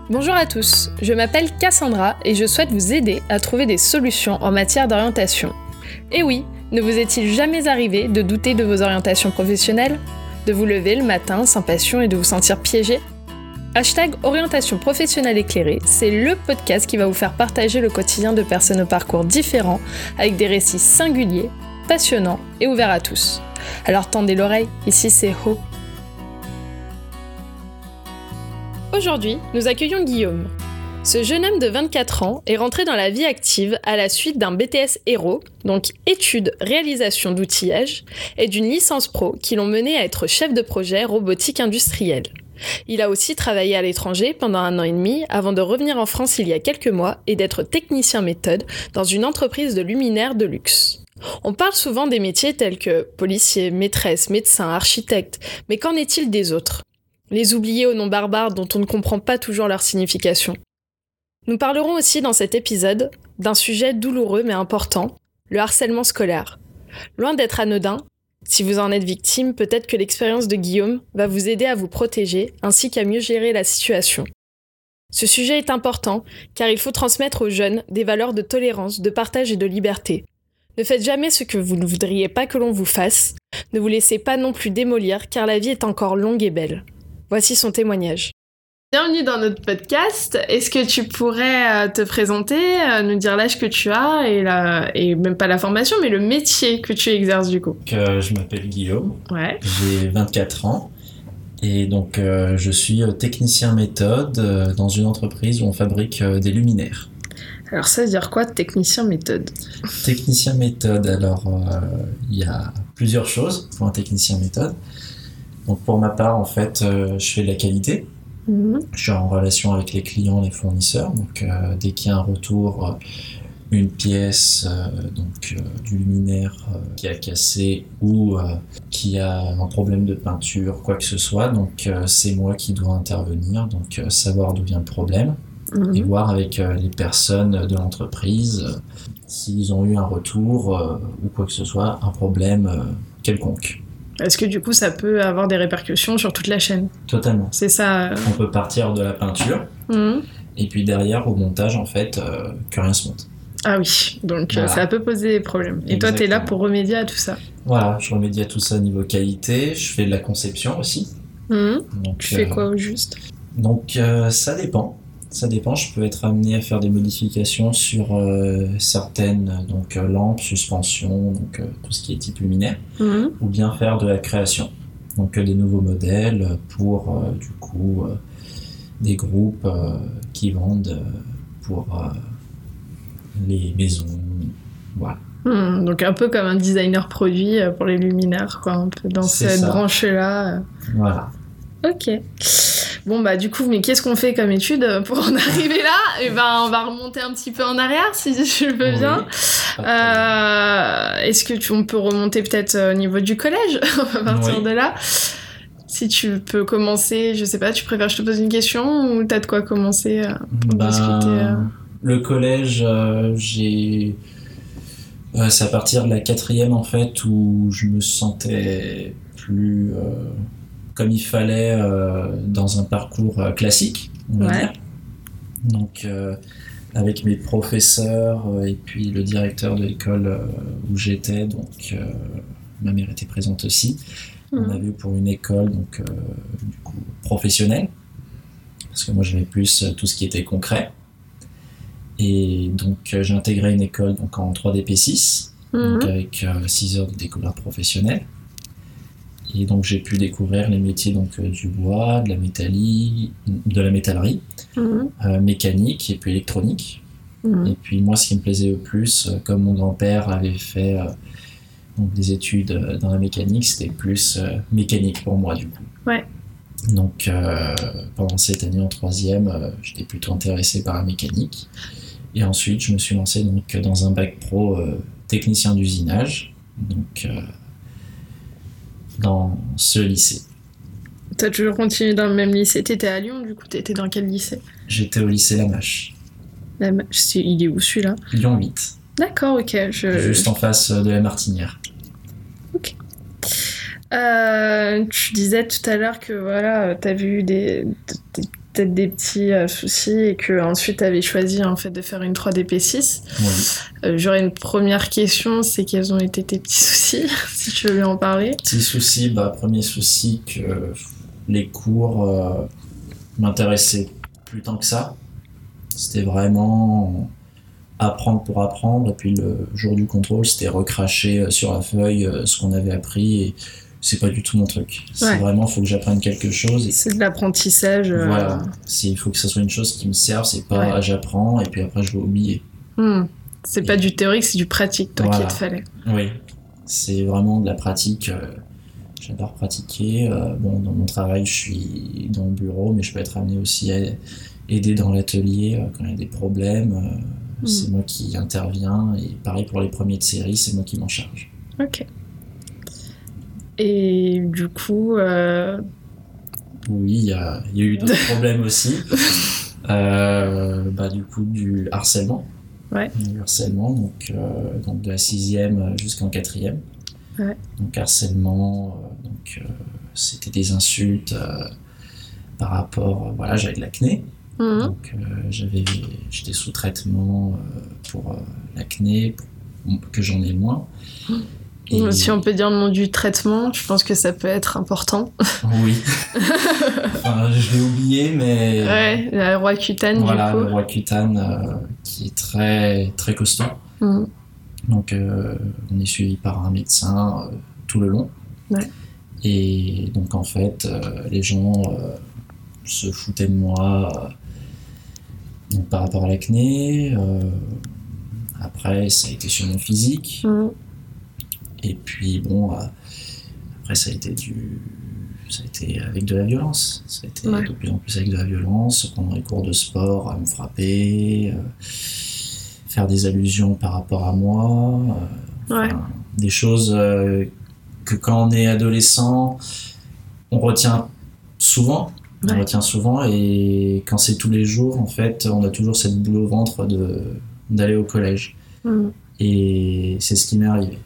Bonjour à tous, je m'appelle Cassandra et je souhaite vous aider à trouver des solutions en matière d'orientation. Et oui, ne vous est-il jamais arrivé de douter de vos orientations professionnelles ? De vous lever le matin sans passion et de vous sentir piégé ? #orientation professionnelle éclairée, c'est le podcast qui va vous faire partager le quotidien de personnes aux parcours différents avec des récits singuliers, passionnants et ouverts à tous. Alors tendez l'oreille, ici c'est Ho. Aujourd'hui, nous accueillons Guillaume. Ce jeune homme de 24 ans est rentré dans la vie active à la suite d'un BTS Aéro, donc études réalisation d'outillage, et d'une licence pro qui l'ont mené à être chef de projet robotique industrielle. Il a aussi travaillé à l'étranger pendant 1 an et demi avant de revenir en France il y a quelques mois et d'être technicien méthode dans une entreprise de luminaires de luxe. On parle souvent des métiers tels que policier, maîtresse, médecin, architecte, mais qu'en est-il des autres ? Les oubliés aux noms barbares dont on ne comprend pas toujours leur signification. Nous parlerons aussi dans cet épisode d'un sujet douloureux mais important, le harcèlement scolaire. Loin d'être anodin, si vous en êtes victime, peut-être que l'expérience de Guillaume va vous aider à vous protéger ainsi qu'à mieux gérer la situation. Ce sujet est important car il faut transmettre aux jeunes des valeurs de tolérance, de partage et de liberté. Ne faites jamais ce que vous ne voudriez pas que l'on vous fasse. Ne vous laissez pas non plus démolir car la vie est encore longue et belle. Voici son témoignage. Bienvenue dans notre podcast. Est-ce que tu pourrais te présenter, nous dire l'âge que tu as et même pas la formation, mais le métier que tu exerces du coup ? Je m'appelle Guillaume, Ouais. J'ai 24 ans et donc je suis technicien méthode dans une entreprise où on fabrique des luminaires. Alors ça veut dire quoi, technicien méthode ? Technicien méthode, alors il y a plusieurs choses pour un technicien méthode. Donc pour ma part, en fait, je fais de la qualité. Je suis en relation avec les clients, les fournisseurs. Donc dès qu'il y a un retour, une pièce du luminaire qui a cassé ou qui a un problème de peinture, quoi que ce soit, donc c'est moi qui dois intervenir, donc savoir d'où vient le problème et voir avec les personnes de l'entreprise s'ils ont eu un retour ou quoi que ce soit, un problème quelconque. Est-ce que du coup ça peut avoir des répercussions sur toute la chaîne ? Totalement. C'est ça. On peut partir de la peinture et puis derrière au montage en fait que rien se monte. Ah oui, donc voilà. Ça peut poser des problèmes. Et toi t'es là pour remédier à tout ça ? Voilà, je remédie à tout ça niveau qualité, je fais de la conception aussi. Donc, tu fais quoi au juste ? Donc ça dépend, je peux être amené à faire des modifications sur certaines lampes, suspensions, tout ce qui est type luminaire, ou bien faire de la création, donc des nouveaux modèles pour des groupes qui vendent pour les maisons, voilà. Donc un peu comme un designer produit pour les luminaires, quoi, un peu dans cette branche-là. Voilà. Ok. Bon bah du coup, mais qu'est-ce qu'on fait comme étude pour en arriver là ? Et ben on va remonter un petit peu en arrière si tu veux bien. Est-ce que on peut remonter peut-être au niveau du collège ? On va partir de là. Si tu peux commencer, je sais pas, tu préfères que je te pose une question ou t'as de quoi commencer pour discuter Le collège, c'est à partir de la 4e en fait où je me sentais plus comme il fallait dans un parcours classique, on va dire. Donc avec mes professeurs et puis le directeur de l'école où j'étais, donc ma mère était présente aussi. On a vu pour une école du coup professionnelle, parce que moi j'avais plus tout ce qui était concret. Et donc j'ai intégré une école en 3DP6, avec 6 heures de découverte professionnelle. Et donc j'ai pu découvrir les métiers du bois, de la métallerie, mécanique et puis électronique. Et puis moi ce qui me plaisait le plus, comme mon grand-père avait fait des études dans la mécanique, c'était plus mécanique pour moi du coup. Ouais. Donc pendant cette année en 3e, j'étais plutôt intéressé par la mécanique. Et ensuite je me suis lancé dans un bac pro technicien d'usinage. Dans ce lycée. T'as toujours continué dans le même lycée ? T'étais à Lyon, du coup, t'étais dans quel lycée ? J'étais au lycée Lamache. Il est où celui-là ? Lyon 8. D'accord, ok. Juste en face de la Martinière. Ok. Tu disais tout à l'heure que voilà, t'avais eu des peut-être des petits soucis et que ensuite tu avais choisi en fait de faire une 3DP6. Oui. J'aurais une première question, c'est quels ont été tes petits soucis, si tu veux lui en parler. Petit souci, premier souci que les cours m'intéressaient plus tant que ça. C'était vraiment apprendre pour apprendre, et puis le jour du contrôle, c'était recracher sur la feuille ce qu'on avait appris, et c'est pas du tout mon truc. C'est vraiment, faut que j'apprenne quelque chose. C'est de l'apprentissage. Voilà, il faut que ça soit une chose qui me serve, c'est pas j'apprends et puis après je vais oublier. C'est pas du théorique, c'est du pratique, toi, qu'il te fallait. Oui, c'est vraiment de la pratique. J'adore pratiquer. Dans mon travail, je suis dans le bureau, mais je peux être amené aussi à aider dans l'atelier quand il y a des problèmes. C'est moi qui interviens, et pareil pour les premiers de série, c'est moi qui m'en charge. Ok. Et du coup... Oui, il y a eu d'autres problèmes aussi. Du coup, du harcèlement. Ouais. Du harcèlement, donc de la 6e jusqu'en 4e. Ouais. Donc harcèlement, c'était des insultes par rapport... j'avais de l'acné. Donc j'étais sous traitement pour l'acné, que j'en ai moins. Et... Si on peut dire le nom du traitement, je pense que ça peut être important. Oui. Je l'ai oublié, mais... Ouais, la Roaccutane, du coup. Voilà, le Roaccutane, qui est très, très costaud. Donc, on est suivi par un médecin tout le long. Ouais. Et donc, en fait, les gens se foutaient de moi donc, par rapport à l'acné. Après, ça a été sur mon physique. Et puis après ça a été avec de la violence. Ça a été de plus en plus avec de la violence, pendant les cours de sport, à me frapper, faire des allusions par rapport à moi, des choses que quand on est adolescent, on retient souvent. On retient souvent, et quand c'est tous les jours, en fait, on a toujours cette boule au ventre d'aller au collège. Et c'est ce qui m'est arrivé.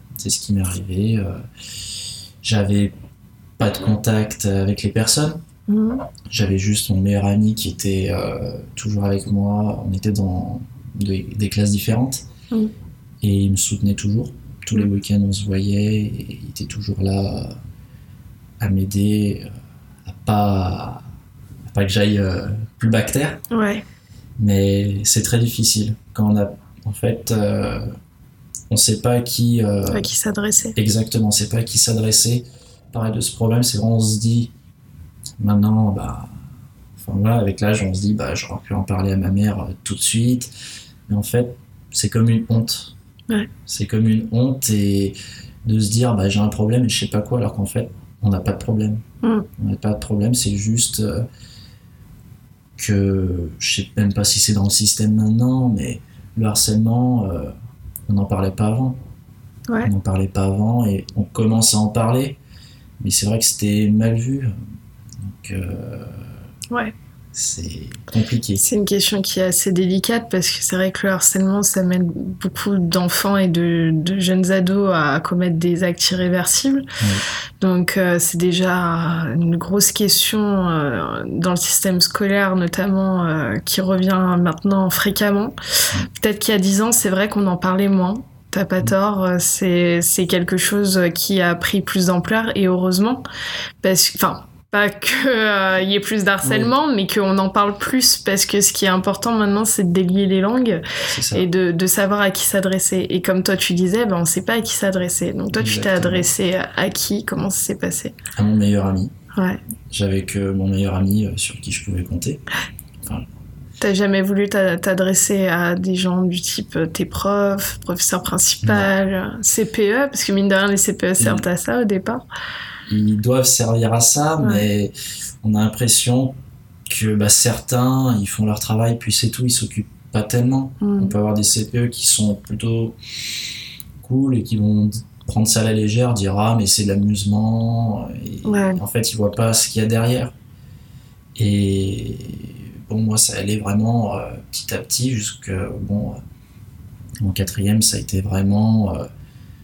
J'avais pas de contact avec les personnes. J'avais juste mon meilleur ami qui était toujours avec moi. On était dans des classes différentes. Et il me soutenait toujours. Tous les week-ends, on se voyait. Et il était toujours là à m'aider, à pas que j'aille plus bactère. Ouais. Mais c'est très difficile. Quand on a... En fait... on ne sait pas à qui s'adresser. Exactement, on ne sait pas à qui s'adresser. Pareil de ce problème, c'est vraiment, on se dit, maintenant, avec l'âge, on se dit, j'aurais pu en parler à ma mère tout de suite. Mais en fait, c'est comme une honte. Ouais. C'est comme une honte, et de se dire, j'ai un problème et je ne sais pas quoi, alors qu'en fait, on n'a pas de problème. On n'a pas de problème, c'est juste que, je ne sais même pas si c'est dans le système maintenant, mais le harcèlement... on n'en parlait pas avant. On n'en parlait pas avant, et on commence à en parler, mais c'est vrai que c'était mal vu. Donc, c'est compliqué. C'est une question qui est assez délicate, parce que c'est vrai que le harcèlement, ça mène beaucoup d'enfants et de jeunes ados à commettre des actes irréversibles. Donc c'est déjà une grosse question dans le système scolaire, notamment, qui revient maintenant fréquemment. Peut-être qu'il y a 10 ans, c'est vrai qu'on en parlait moins. T'as pas tort, c'est quelque chose qui a pris plus d'ampleur, et heureusement, parce que... pas qu'il y ait plus d'harcèlement, mais qu'on en parle plus, parce que ce qui est important maintenant, c'est de délier les langues et de savoir à qui s'adresser. Et comme toi tu disais, on ne sait pas à qui s'adresser. Donc toi, tu t'es adressé à qui? Comment ça s'est passé? À mon meilleur ami. Ouais. J'avais que mon meilleur ami sur qui je pouvais compter. T'as jamais voulu t'adresser à des gens du type tes profs, professeur principal, CPE, parce que mine de rien, les CPE servent à ça au départ. Ils doivent servir à ça, mais on a l'impression que certains, ils font leur travail, puis c'est tout, ils s'occupent pas tellement. On peut avoir des CPE qui sont plutôt cool et qui vont prendre ça à la légère, dire mais c'est de l'amusement, et en fait ils voient pas ce qu'il y a derrière. Et moi ça allait vraiment petit à petit jusqu'à en 4e, ça a été vraiment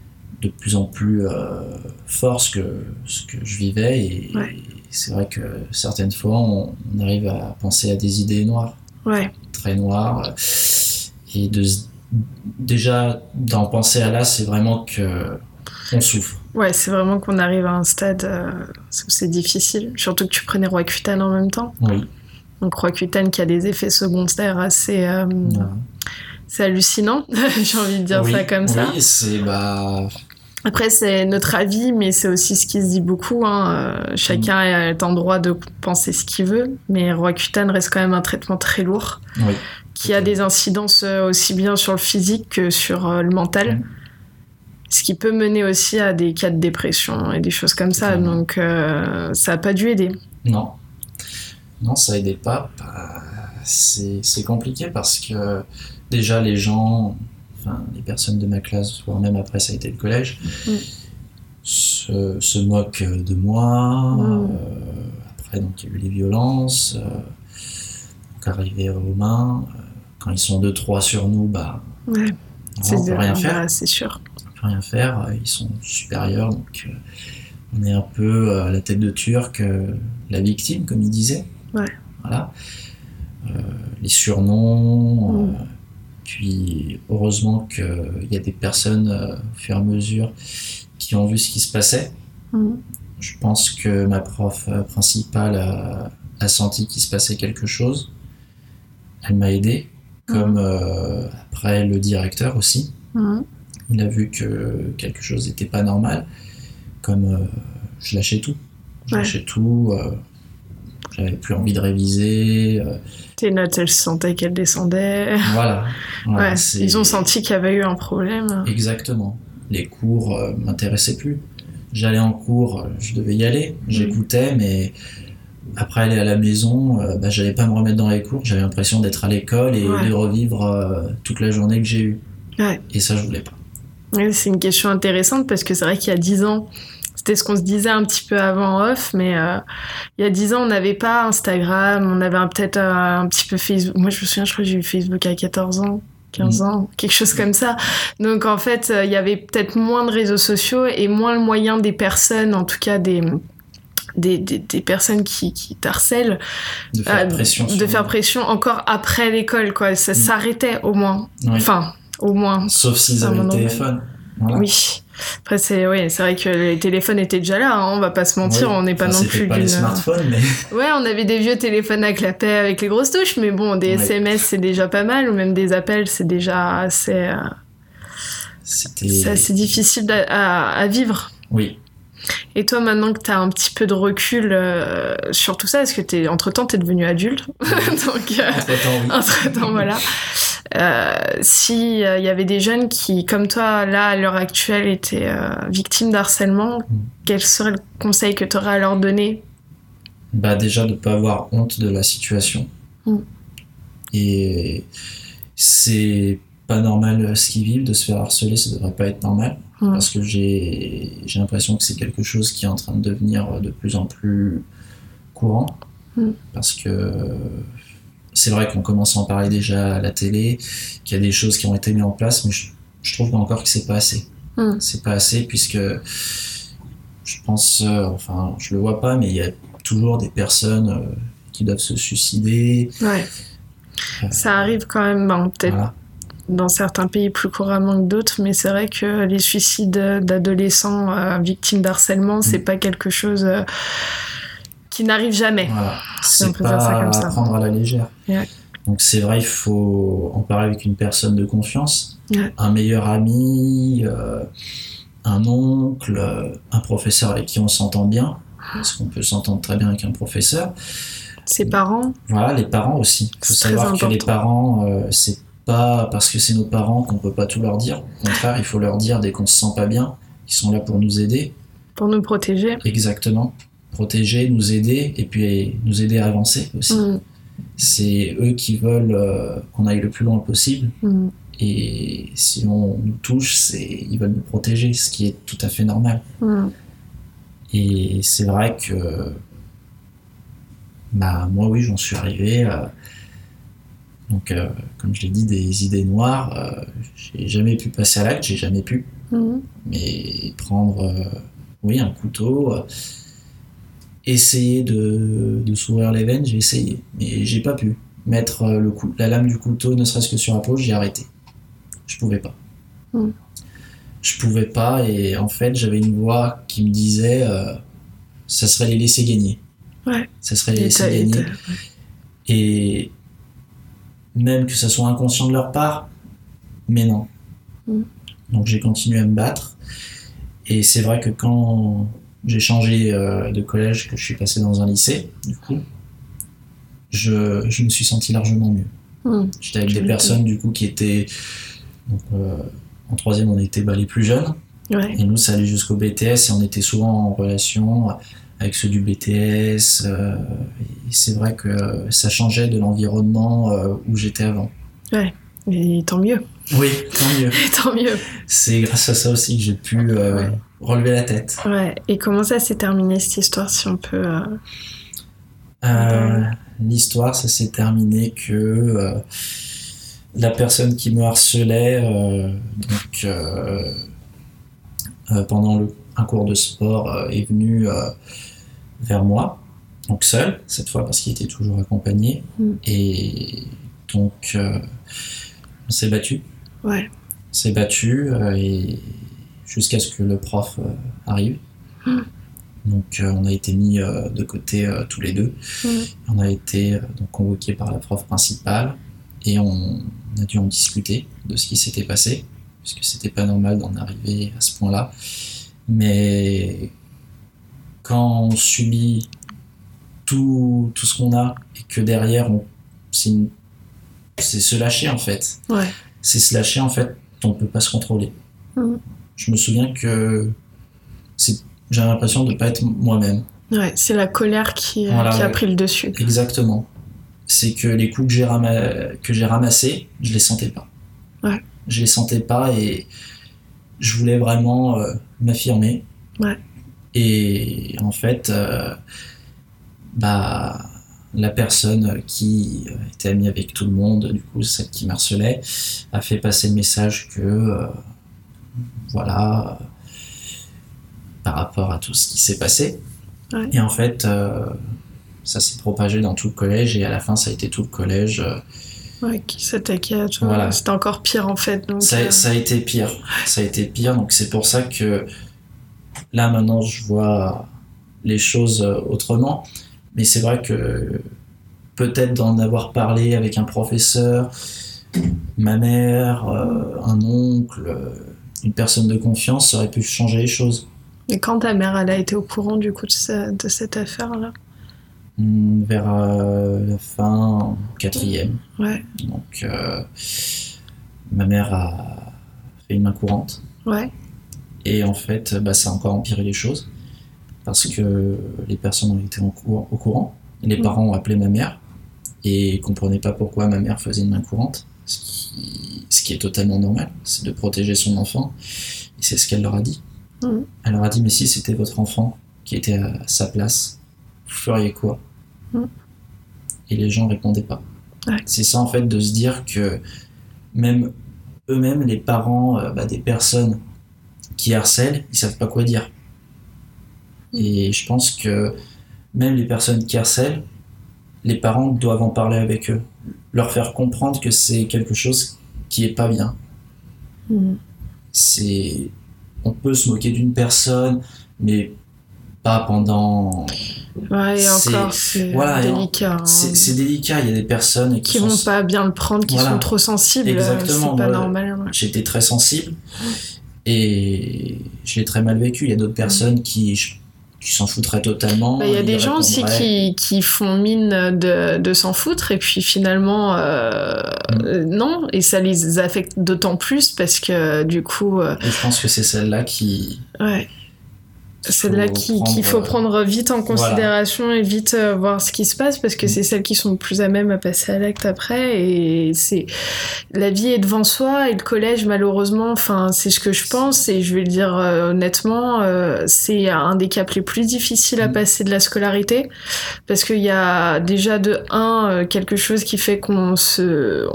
de plus en plus fort ce que je vivais, et c'est vrai que certaines fois on arrive à penser à des idées noires, très noires, et déjà d'en penser à là, c'est vraiment que on souffre. Ouais, c'est vraiment qu'on arrive à un stade où c'est difficile, surtout que tu prenais Roaccutane en même temps. Oui. Donc Roaccutane qui a des effets secondaires assez c'est hallucinant, j'ai envie de dire ça comme ça. Oui, c'est Après, c'est notre avis, mais c'est aussi ce qui se dit beaucoup. Chacun est en droit de penser ce qu'il veut, mais Roaccutane reste quand même un traitement très lourd, qui a des incidences aussi bien sur le physique que sur le mental, ce qui peut mener aussi à des cas de dépression et des choses comme ça. Donc, ça n'a pas dû aider. Non, ça aidait pas. C'est compliqué parce que déjà les gens... les personnes de ma classe, voire même après ça a été le collège, se moquent de moi. Après, donc, il y a eu les violences. Donc, arrivé aux mains, quand ils sont 2-3 sur nous, on peut rien faire. C'est sûr. On peut rien faire, ils sont supérieurs, donc on est un peu à la tête de turc, la victime, comme il disait. Voilà. Les surnoms... Puis heureusement qu'il y a des personnes au fur et à mesure qui ont vu ce qui se passait. Je pense que ma prof principale a senti qu'il se passait quelque chose. Elle m'a aidé, comme après le directeur aussi. Il a vu que quelque chose n'était pas normal, comme je lâchais tout. J'avais plus envie de réviser. Tes notes, elles sentaient qu'elles descendaient. Voilà, ils ont senti qu'il y avait eu un problème. Exactement. Les cours m'intéressaient plus. J'allais en cours, je devais y aller, j'écoutais, mais après aller à la maison, j'allais pas me remettre dans les cours, j'avais l'impression d'être à l'école et de revivre toute la journée que j'ai eue. Et ça, je voulais pas. C'est une question intéressante parce que c'est vrai qu'il y a 10 ans, c'était ce qu'on se disait un petit peu avant off, mais il y a 10 ans, on n'avait pas Instagram, on avait peut-être un petit peu Facebook. Moi, je me souviens, je crois que j'ai eu Facebook à 14 ans, 15 ans, quelque chose comme ça. Donc, en fait, il y avait peut-être moins de réseaux sociaux et moins le moyen des personnes, en tout cas des personnes qui t'harcèlent, de faire pression encore après l'école, quoi. Ça s'arrêtait au moins. Enfin, au moins. Sauf s'ils avaient le téléphone. Voilà. Oui. Après, c'est vrai que les téléphones étaient déjà là, on va pas se mentir, on n'est pas non plus pas les smartphones, mais... Ouais, on avait des vieux téléphones à clapet avec les grosses touches, mais bon, des SMS, c'est déjà pas mal, ou même des appels, c'est déjà assez... C'est assez difficile à vivre. Oui. Et toi, maintenant que t'as un petit peu de recul sur tout ça, parce que entre-temps, t'es devenu adulte. Donc, entre-temps, voilà. Si y avait des jeunes qui, comme toi, là, à l'heure actuelle, étaient victimes d'harcèlement, quel serait le conseil que tu aurais à leur donner ? Déjà, de ne pas avoir honte de la situation. Et c'est pas normal ce qu'ils vivent, de se faire harceler, ça devrait pas être normal. Parce que j'ai l'impression que c'est quelque chose qui est en train de devenir de plus en plus courant. Parce que c'est vrai qu'on commence à en parler déjà à la télé, qu'il y a des choses qui ont été mises en place, mais je trouve encore que c'est pas assez. C'est pas assez, puisque je pense, je le vois pas, mais il y a toujours des personnes qui doivent se suicider. Ça arrive quand même, peut-être dans certains pays plus couramment que d'autres, mais c'est vrai que les suicides d'adolescents victimes d'harcèlement, c'est pas quelque chose qui n'arrive jamais. C'est pas à prendre à la légère. Donc c'est vrai, il faut en parler avec une personne de confiance, un meilleur ami, un oncle, un professeur avec qui on s'entend bien, parce qu'on peut s'entendre très bien avec un professeur. Ses parents. Voilà, les parents aussi. Il faut savoir que les parents, c'est pas parce que c'est nos parents qu'on peut pas tout leur dire. Au contraire, il faut leur dire dès qu'on se sent pas bien. Ils sont là pour nous aider. Pour nous protéger. Exactement. Protéger, nous aider, et puis nous aider à avancer aussi. C'est eux qui veulent qu'on aille le plus loin possible. Et si on nous touche, ils veulent nous protéger, ce qui est tout à fait normal. Et c'est vrai que moi, oui, j'en suis arrivé donc comme je l'ai dit, des idées noires, j'ai jamais pu passer à l'acte, j'ai jamais pu, Mais prendre un couteau, essayer de s'ouvrir les veines, j'ai essayé, mais j'ai pas pu. Mettre la lame du couteau, ne serait-ce que sur la peau, j'ai arrêté. Je pouvais pas. Je pouvais pas, et en fait, j'avais une voix qui me disait ça serait les laisser gagner. Ouais. Ça serait les laisser gagner. Et même que ça soit inconscient de leur part, mais non. Donc j'ai continué à me battre. Et c'est vrai que quand j'ai changé de collège, que je suis passé dans un lycée, du coup, je me suis senti largement mieux. J'étais avec des personnes du coup qui étaient... Donc, en troisième, on était les plus jeunes. Ouais. Et nous, ça allait jusqu'au BTS et on était souvent en relation avec ceux du BTS. Et c'est vrai que ça changeait de l'environnement où j'étais avant. Ouais, et tant mieux. Oui, tant mieux. Tant mieux. C'est grâce à ça aussi que j'ai pu relever la tête. Ouais, et comment ça s'est terminé cette histoire, si on peut... L'histoire, ça s'est terminé que la personne qui me harcelait pendant un cours de sport est venue vers moi, donc seul cette fois parce qu'il était toujours accompagné, et donc on s'est battu. Ouais. On s'est battu et jusqu'à ce que le prof arrive. Donc on a été mis de côté tous les deux. On a été donc convoqués par la prof principale et on a dû en discuter de ce qui s'était passé, puisque c'était pas normal d'en arriver à ce point-là. Mais quand on subit tout ce qu'on a et que derrière c'est se lâcher en fait. Ouais. C'est se lâcher en fait, on peut pas se contrôler. Je me souviens que j'avais l'impression de pas être moi-même. Ouais, c'est la colère qui a pris le dessus. Exactement. C'est que les coups que j'ai ramassés, je les sentais pas. Ouais. Je les sentais pas et je voulais vraiment m'affirmer. Ouais. Et en fait, la personne qui était amie avec tout le monde, du coup celle qui m'harcelait, a fait passer le message que par rapport à tout ce qui s'est passé. Ouais. Et en fait, ça s'est propagé dans tout le collège et à la fin, ça a été tout le collège qui s'attaquait à toi. Voilà. C'était encore pire en fait. Donc, ça a été pire. Ça a été pire. Donc c'est pour ça que là maintenant, je vois les choses autrement. Mais c'est vrai que peut-être d'en avoir parlé avec un professeur, ma mère, un oncle, une personne de confiance, ça aurait pu changer les choses. Et quand ta mère elle a été au courant du coup de cette affaire-là? Vers la fin 4e. Ouais. Donc ma mère a fait une main courante. Ouais. Et en fait, ça a encore empiré les choses parce que les personnes ont été au courant. Les parents ont appelé ma mère et comprenaient pas pourquoi ma mère faisait une main courante. Ce qui est totalement normal, c'est de protéger son enfant. Et c'est ce qu'elle leur a dit. Elle leur a dit, mais si c'était votre enfant qui était à sa place, vous feriez quoi? Et les gens répondaient pas. Ouais. C'est ça en fait, de se dire que même eux-mêmes, les parents des personnes qui harcèlent, ils savent pas quoi dire. Et je pense que même les personnes qui harcèlent, les parents doivent en parler avec eux, leur faire comprendre que c'est quelque chose qui est pas bien. On peut se moquer d'une personne, mais pas pendant... Ouais, et encore, c'est délicat. C'est délicat, il y a des personnes qui vont pas bien le prendre, qui sont trop sensibles. Exactement, c'est pas normal. Ouais. J'étais très sensible et je l'ai très mal vécu. Il y a d'autres personnes qui s'en foutraient totalement. Il y a des gens aussi qui font mine de s'en foutre et puis finalement non, et ça les affecte d'autant plus parce que du coup et je pense que c'est celle-là qui celle-là qu'il faut prendre vite en considération et vite voir ce qui se passe parce que c'est celles qui sont le plus à même à passer à l'acte après. Et c'est la vie est devant soi et le collège malheureusement, c'est ce que je pense et je vais le dire honnêtement, c'est un des caps les plus difficiles à passer de la scolarité parce qu'il y a déjà de quelque chose qui fait qu'on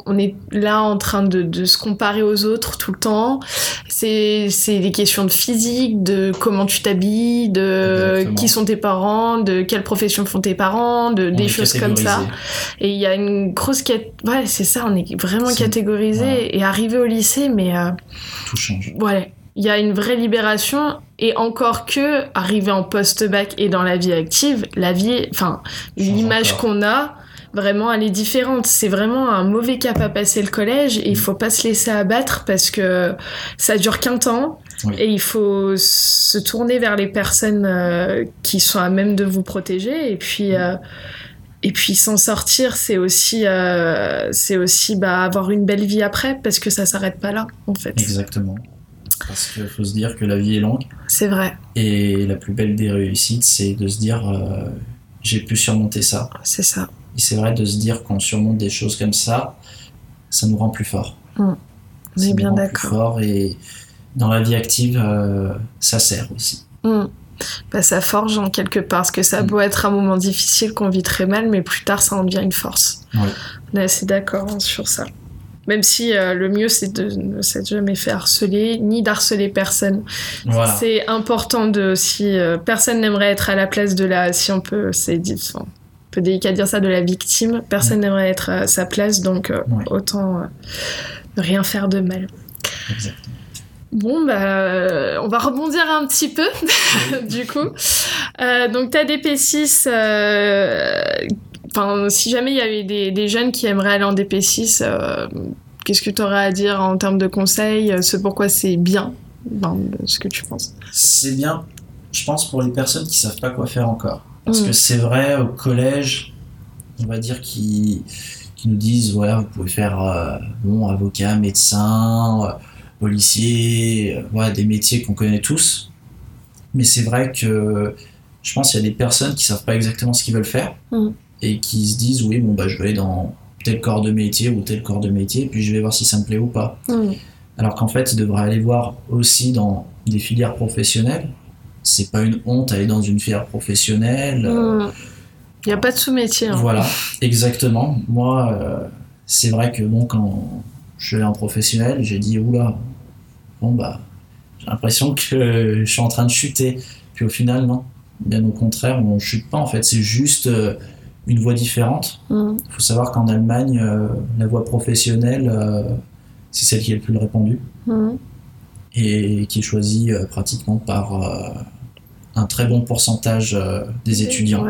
on est là en train de se comparer aux autres tout le temps. C'est des questions de physique, de comment tu t'habilles, de Exactement. qui sont tes parents, de quelle profession font tes parents, des choses comme ça. Et il y a une grosse... Ouais, c'est ça, on est vraiment catégorisé. Voilà. Et arrivé au lycée, mais... tout change. Voilà. Il y a une vraie libération, et encore que, arrivé en post-bac et dans la vie active, l'image qu'on a, vraiment, elle est différente. C'est vraiment un mauvais cap à passer le collège, et il faut pas se laisser abattre parce que ça dure qu'un temps, et il faut se tourner vers les personnes qui sont à même de vous protéger, et puis s'en sortir, c'est aussi avoir une belle vie après, parce que ça s'arrête pas là, en fait. Exactement. Parce qu'il faut se dire que la vie est longue. C'est vrai. Et la plus belle des réussites, c'est de se dire j'ai pu surmonter ça. C'est ça. Et c'est vrai de se dire qu'on surmonte des choses comme ça nous rend plus fort. On est bien d'accord. Plus fort, et dans la vie active, ça sert aussi. Ça forge en quelque part, parce que ça a beau être un moment difficile qu'on vit très mal, mais plus tard ça en devient une force. On est assez d'accord sur ça. Même si le mieux, c'est de ne s'être jamais fait harceler, ni d'harceler personne. Voilà. C'est important si personne n'aimerait être à la place de si on peut, c'est un peu délicat de dire ça, de la victime. Personne n'aimerait être à sa place, donc autant ne rien faire de mal. Exactement. Bon, on va rebondir un petit peu, du coup. Donc, t'as des P6... si jamais il y avait des jeunes qui aimeraient aller en DP6, qu'est-ce que tu aurais à dire en termes de conseils, pourquoi c'est bien, ce que tu penses? C'est bien, je pense, pour les personnes qui savent pas quoi faire encore. Parce que c'est vrai, au collège, on va dire qu'ils nous disent, voilà, vous pouvez faire avocat, médecin, policier, des métiers qu'on connaît tous. Mais c'est vrai que je pense qu'il y a des personnes qui savent pas exactement ce qu'ils veulent faire. Et qui se disent je vais aller dans tel corps de métier ou tel corps de métier, puis je vais voir si ça me plaît ou pas. Alors qu'en fait, ils devraient aller voir aussi dans des filières professionnelles. C'est pas une honte d'aller dans une filière professionnelle. Il n'y a pas de sous-métier. Voilà, exactement. Moi, c'est vrai que quand je suis allé en professionnel, j'ai dit j'ai l'impression que je suis en train de chuter. Puis au final, non. Bien au contraire, on ne chute pas en fait, c'est juste une voie différente. Il faut savoir qu'en Allemagne, la voie professionnelle, c'est celle qui est le plus répandue et qui est choisie pratiquement par un très bon pourcentage des étudiants.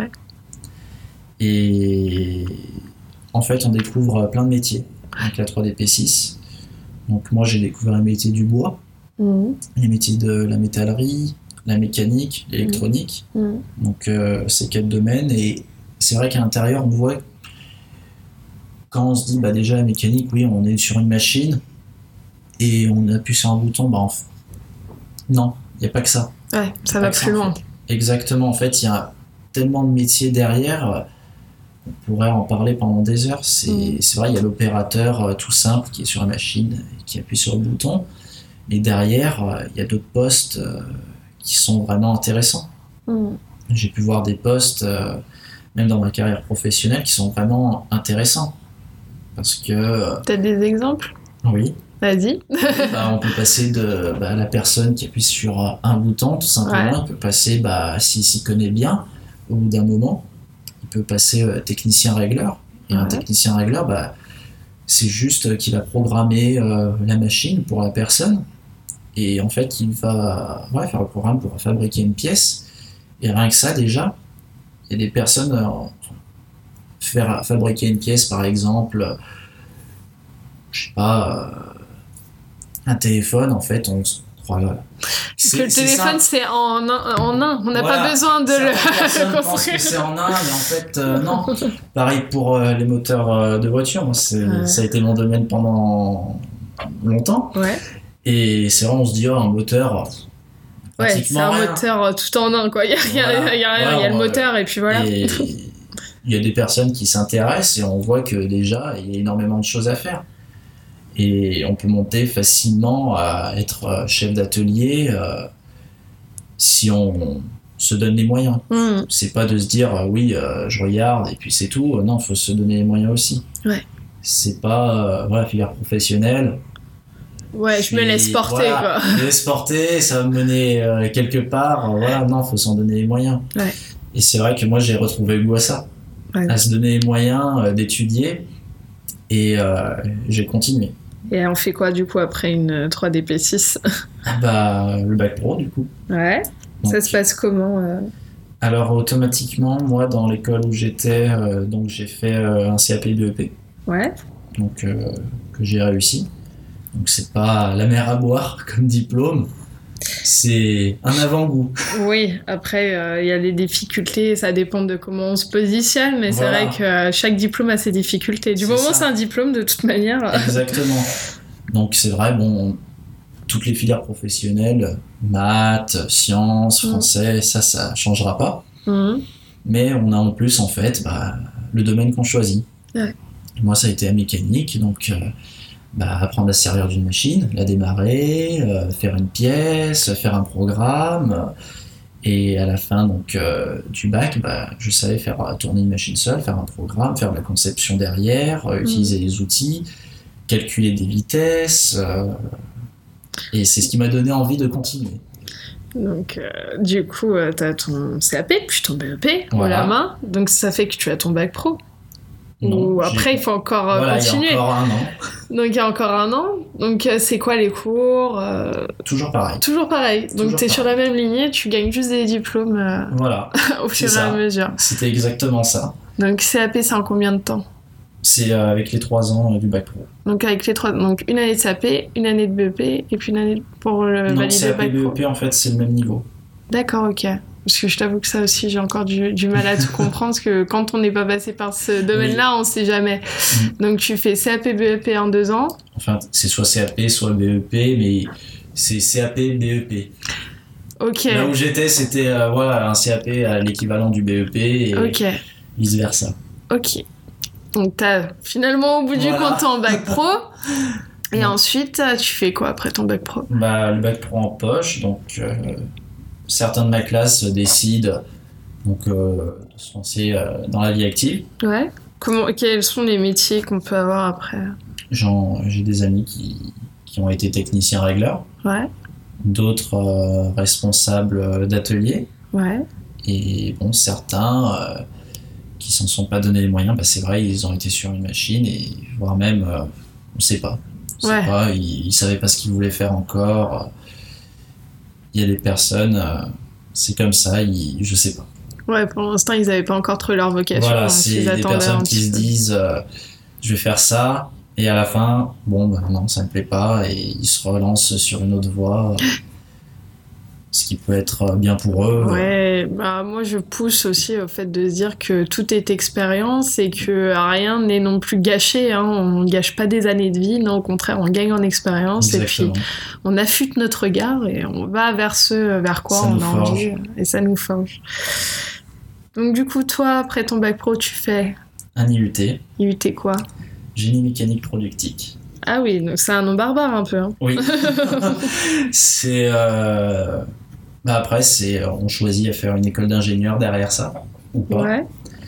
Et en fait, on découvre plein de métiers avec la 3DP6. Donc moi, j'ai découvert les métiers du bois, les métiers de la métallerie, la mécanique, l'électronique, donc ces 4 domaines. Et c'est vrai qu'à l'intérieur, on voit, quand on se dit déjà la mécanique, on est sur une machine et on appuie sur un bouton, non, il n'y a pas que ça. Ça va plus loin. Exactement, en fait, il y a tellement de métiers derrière, on pourrait en parler pendant des heures. C'est vrai, il y a l'opérateur tout simple qui est sur la machine et qui appuie sur le bouton, mais derrière, il y a d'autres postes qui sont vraiment intéressants. J'ai pu voir des postes, même dans ma carrière professionnelle, qui sont vraiment intéressants. Parce que... T'as des exemples ? Oui. Vas-y. On peut passer de la personne qui appuie sur un bouton, tout simplement. Il peut passer, s'il s'y connaît bien, au bout d'un moment, il peut passer technicien régleur. Et un technicien régleur, c'est juste qu'il va programmer la machine pour la personne. Et en fait, il va faire le programme pour fabriquer une pièce. Et rien que ça, déjà, il y a des personnes faire fabriquer une pièce, par exemple, je sais pas, un téléphone, en fait, on se croit là. Parce que le téléphone, c'est en un. On n'a pas besoin de le construire. C'est en un, mais en fait, non. Pareil pour les moteurs de voiture. Moi, ça a été mon domaine pendant longtemps. Et c'est vrai, on se dit, un moteur. C'est un moteur tout en un, quoi. Il y a rien, il y a le moteur, et puis voilà. Et il y a des personnes qui s'intéressent et on voit que déjà, il y a énormément de choses à faire. Et on peut monter facilement à être chef d'atelier si on se donne les moyens. C'est pas de se dire je regarde et puis c'est tout. Non, il faut se donner les moyens aussi. c'est pas voilà, filière professionnelle. Ouais, je me laisse porter, voilà, quoi. Je me laisse porter, ça va me mener quelque part. Voilà, non, faut s'en donner les moyens. Ouais. Et c'est vrai que moi, j'ai retrouvé le goût à ça, à se donner les moyens d'étudier, et j'ai continué. Et on fait quoi, du coup, après une 3DP6? Bah, le bac pro, du coup. Ouais. Donc, ça se passe comment Alors, automatiquement, moi, dans l'école où j'étais, donc j'ai fait un CAP BEP. Ouais. Donc, que j'ai réussi. Donc c'est pas la mer à boire comme diplôme, c'est un avant-goût. Oui, après il y a des difficultés, ça dépend de comment on se positionne, mais voilà. C'est vrai que chaque diplôme a ses difficultés. Du moment c'est un diplôme de toute manière. Exactement. Donc c'est vrai, bon, toutes les filières professionnelles, maths, sciences, français, ça changera pas. Mais on a en plus en fait le domaine qu'on choisit. Ouais. Moi ça a été la mécanique, donc apprendre à se servir d'une machine, la démarrer, faire une pièce, faire un programme, et à la fin donc du bac, je savais faire tourner une machine seule, faire un programme, faire de la conception derrière, utiliser les outils, calculer des vitesses, et c'est ce qui m'a donné envie de continuer. Donc, du coup, tu as ton CAP, puis ton BEP à la main, donc ça fait que tu as ton bac pro. Non, ou après il faut encore continuer. Il y a encore un an. Donc il y a encore un an. Donc c'est quoi les cours Toujours pareil. Toujours pareil. Donc t'es sur la même lignée, tu gagnes juste des diplômes voilà. au fur et à mesure. C'était exactement ça. Donc CAP c'est en combien de temps? C'est avec les 3 ans du bac pro. Donc avec les 3, donc une année de CAP, une année de BEP et puis une année pour valider le bac pro. BEP en fait c'est le même niveau. D'accord, ok. Parce que je t'avoue que ça aussi, j'ai encore du mal à tout comprendre, parce que quand on n'est pas passé par ce domaine-là, on sait jamais. Donc tu fais CAP, BEP en 2 ans. Enfin, c'est soit CAP, soit BEP, mais c'est CAP, BEP. Ok. Là où j'étais, c'était un CAP à l'équivalent du BEP et vice-versa. Ok. Donc t'as finalement au bout du compte ton bac pro. Et ensuite, tu fais quoi après ton bac pro? Le bac pro en poche, donc... certains de ma classe décident donc, de se lancer dans la vie active. Ouais. Quels sont les métiers qu'on peut avoir après? J'ai des amis qui ont été techniciens régleurs. Ouais. D'autres responsables d'atelier. Ouais. Et bon, certains qui s'en sont pas donné les moyens, c'est vrai, ils ont été sur une machine et voire même, on sait pas. On sait pas, ils savaient pas ce qu'ils voulaient faire encore. Il y a des personnes, c'est comme ça, je sais pas. Ouais, pour l'instant, ils n'avaient pas encore trouvé leur vocation. Voilà, c'est des personnes qui se disent je vais faire ça, et à la fin, non, ça me plaît pas, et ils se relancent sur une autre voie, ce qui peut être bien pour eux. Ouais, moi je pousse aussi au fait de se dire que tout est expérience et que rien n'est non plus gâché. On ne gâche pas des années de vie, non, au contraire, on gagne en expérience. Exactement. Et puis on affûte notre regard et on va vers ce vers quoi on a envie, et ça nous forge. Donc du coup, toi, après ton bac pro, tu fais un IUT. IUT quoi? Génie mécanique productique. Ah oui, donc c'est un nom barbare un peu. Oui. C'est... après, on choisit à faire une école d'ingénieur derrière ça, ou pas. Ouais.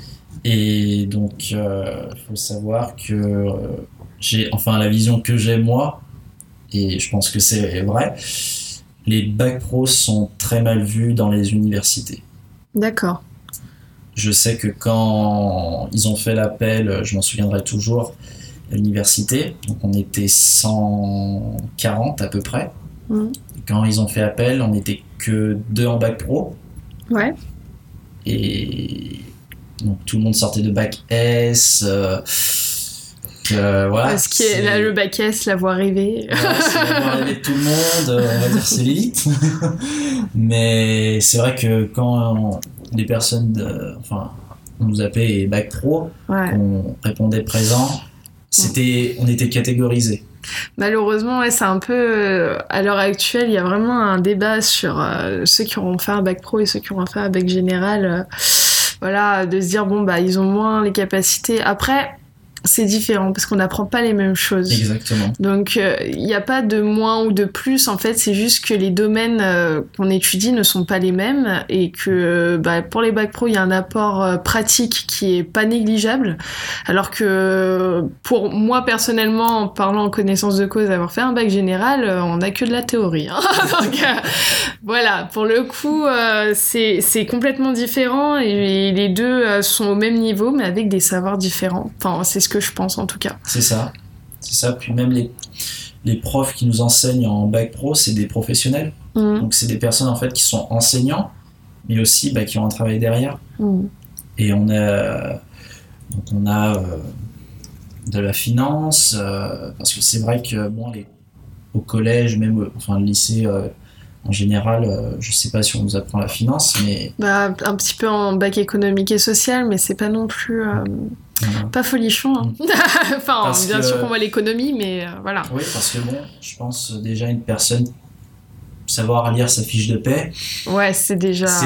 Et donc, il faut savoir que la vision que j'ai moi, et je pense que c'est vrai, les bacs pro sont très mal vus dans les universités. D'accord. Je sais que quand ils ont fait l'appel, je m'en souviendrai toujours, à l'université, donc on était 140 à peu près. Quand ils ont fait appel, on n'était que 2 en bac pro. Ouais. Et donc tout le monde sortait de bac S. Voilà. Ce qui est là, le bac S, la voie rêvée. Voilà, c'est la voie rêvée de tout le monde, on va dire c'est l'élite. Mais c'est vrai que quand les personnes, on nous appelait bac pro, qu'on répondait présent, on était catégorisés. Malheureusement, c'est un peu... à l'heure actuelle, il y a vraiment un débat sur ceux qui auront fait un bac pro et ceux qui auront fait un bac général. De se dire, ils ont moins les capacités. Après, c'est différent parce qu'on n'apprend pas les mêmes choses. Exactement. Donc, il n'y a pas de moins ou de plus. En fait, c'est juste que les domaines qu'on étudie ne sont pas les mêmes et que pour les bacs pro, il y a un apport pratique qui est pas négligeable. Alors que pour moi, personnellement, en parlant en connaissance de cause, avoir fait un bac général, on n'a que de la théorie. Hein. Donc, voilà, pour le coup, c'est complètement différent et les deux sont au même niveau, mais avec des savoirs différents. Enfin, c'est ce que je pense en tout cas. C'est ça. Puis même les profs qui nous enseignent en bac pro, c'est des professionnels. Donc c'est des personnes en fait qui sont enseignants, mais aussi qui ont un travail derrière. Et on a de la finance, parce que c'est vrai que au collège, même le lycée en général, je sais pas si on nous apprend la finance, mais... un petit peu en bac économique et social, mais c'est pas non plus... pas folichon. Hein. Enfin, bien sûr qu'on voit l'économie, mais voilà. Oui, parce que je pense déjà une personne savoir lire sa fiche de paie. Ouais, faut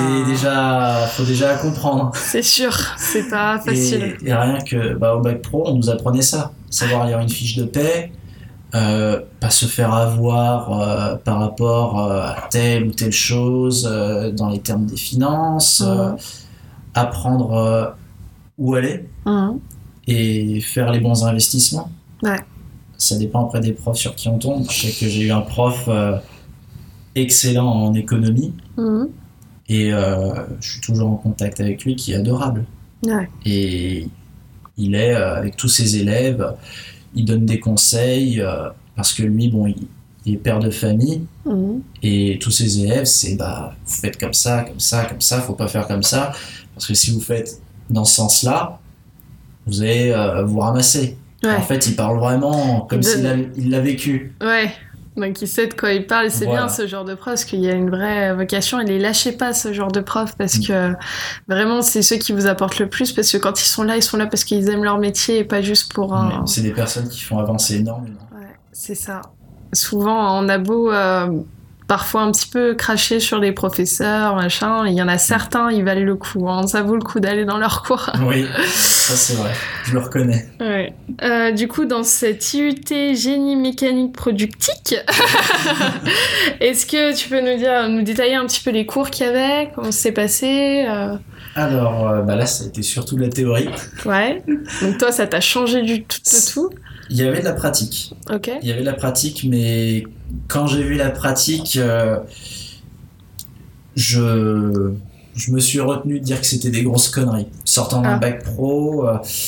déjà comprendre. C'est sûr, c'est pas facile. Et rien que au bac pro, on nous apprenait ça, savoir lire une fiche de paie, pas se faire avoir par rapport à telle ou telle chose dans les termes des finances, apprendre où aller et faire les bons investissements. Ouais. Ça dépend après des profs sur qui on tombe. Je sais que j'ai eu un prof excellent en économie et je suis toujours en contact avec lui, qui est adorable. Ouais. Et il est avec tous ses élèves, il donne des conseils parce que lui, il est père de famille et tous ses élèves, c'est vous faites comme ça, faut pas faire comme ça parce que si vous faites dans ce sens-là, vous allez vous ramasser. Ouais. En fait, il parle vraiment comme s'il l'a vécu. Ouais. Donc il sait de quoi il parle, et c'est bien ce genre de prof, parce qu'il y a une vraie vocation, et les lâchez pas ce genre de prof, parce que vraiment c'est ceux qui vous apportent le plus, parce que quand ils sont là parce qu'ils aiment leur métier, et pas juste pour un... C'est des personnes qui font avancer énormément. Ouais, c'est ça. Souvent on a beau parfois un petit peu cracher sur les professeurs, machin, il y en a certains, ils valent le coup, hein. Ça vaut le coup d'aller dans leur cours. Oui, ça c'est vrai, je le reconnais. Ouais. Du coup, dans cette IUT génie mécanique productique, est-ce que tu peux nous détailler un petit peu les cours qu'il y avait, comment ça s'est passé Alors, là, ça a été surtout de la théorie. Ouais, donc toi, ça t'a changé du tout de tout. Il y avait de la pratique. Ok. Il y avait de la pratique, mais quand j'ai vu la pratique, je me suis retenu de dire que c'était des grosses conneries. Sortant d'un bac pro,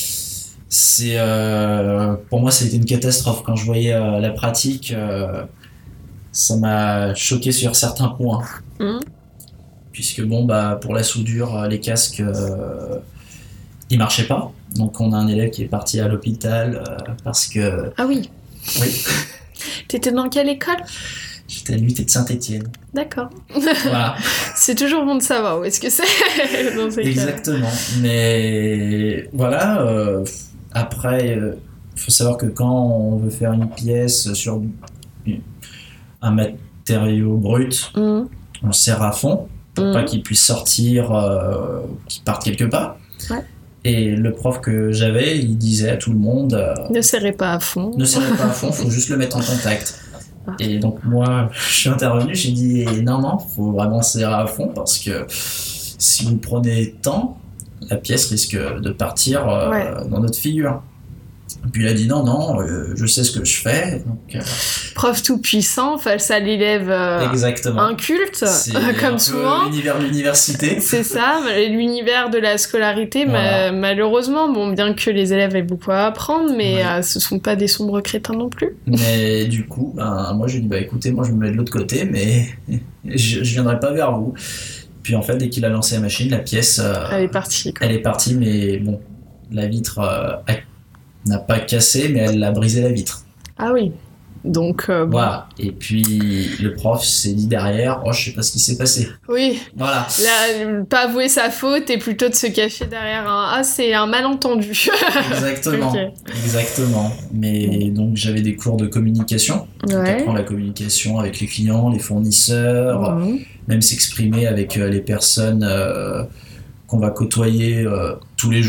pour moi, ça a été une catastrophe. Quand je voyais la pratique, ça m'a choqué sur certains points. Puisque pour la soudure, les casques, ils marchaient pas. Donc on a un élève qui est parti à l'hôpital parce que... Ah oui. Oui. T'étais dans quelle école ? J'étais à l'UT de Saint-Étienne. D'accord. Voilà. C'est toujours bon de savoir où est-ce que c'est dans ces Exactement. Cas-là. Mais voilà, après, faut savoir que quand on veut faire une pièce sur un matériau brut, on serre à fond pour pas qu'il puisse sortir, qu'il parte quelque part. Ouais. Et le prof que j'avais, il disait à tout le monde... ne serrez pas à fond. Ne serrez pas à fond, faut juste le mettre en contact. Et donc moi, je suis intervenu, j'ai dit non, faut vraiment serrer à fond parce que si vous prenez temps, la pièce risque de partir dans notre figure. Et puis il a dit non, je sais ce que je fais. Donc, prof tout puissant face à l'élève inculte, comme souvent. L'univers de l'université. C'est ça, l'univers de la scolarité. Voilà. Malheureusement, bien que les élèves aient beaucoup à apprendre, mais ce sont pas des sombres crétins non plus. Mais du coup, moi j'ai dit écoutez, moi je me mets de l'autre côté, mais je viendrai pas vers vous. Puis en fait, dès qu'il a lancé la machine, la pièce... elle est partie. Elle est partie, mais bon, la vitre n'a pas cassé, mais elle a brisé la vitre. Ah oui. Donc voilà. Et puis le prof s'est dit derrière, je sais pas ce qui s'est passé. Oui. Voilà. Là, pas avouer sa faute et plutôt de se cacher derrière c'est un malentendu. Exactement. Okay. Exactement. Mais donc j'avais des cours de communication. Donc apprendre la communication avec les clients, les fournisseurs, même s'exprimer avec les personnes qu'on va côtoyer tous les jours.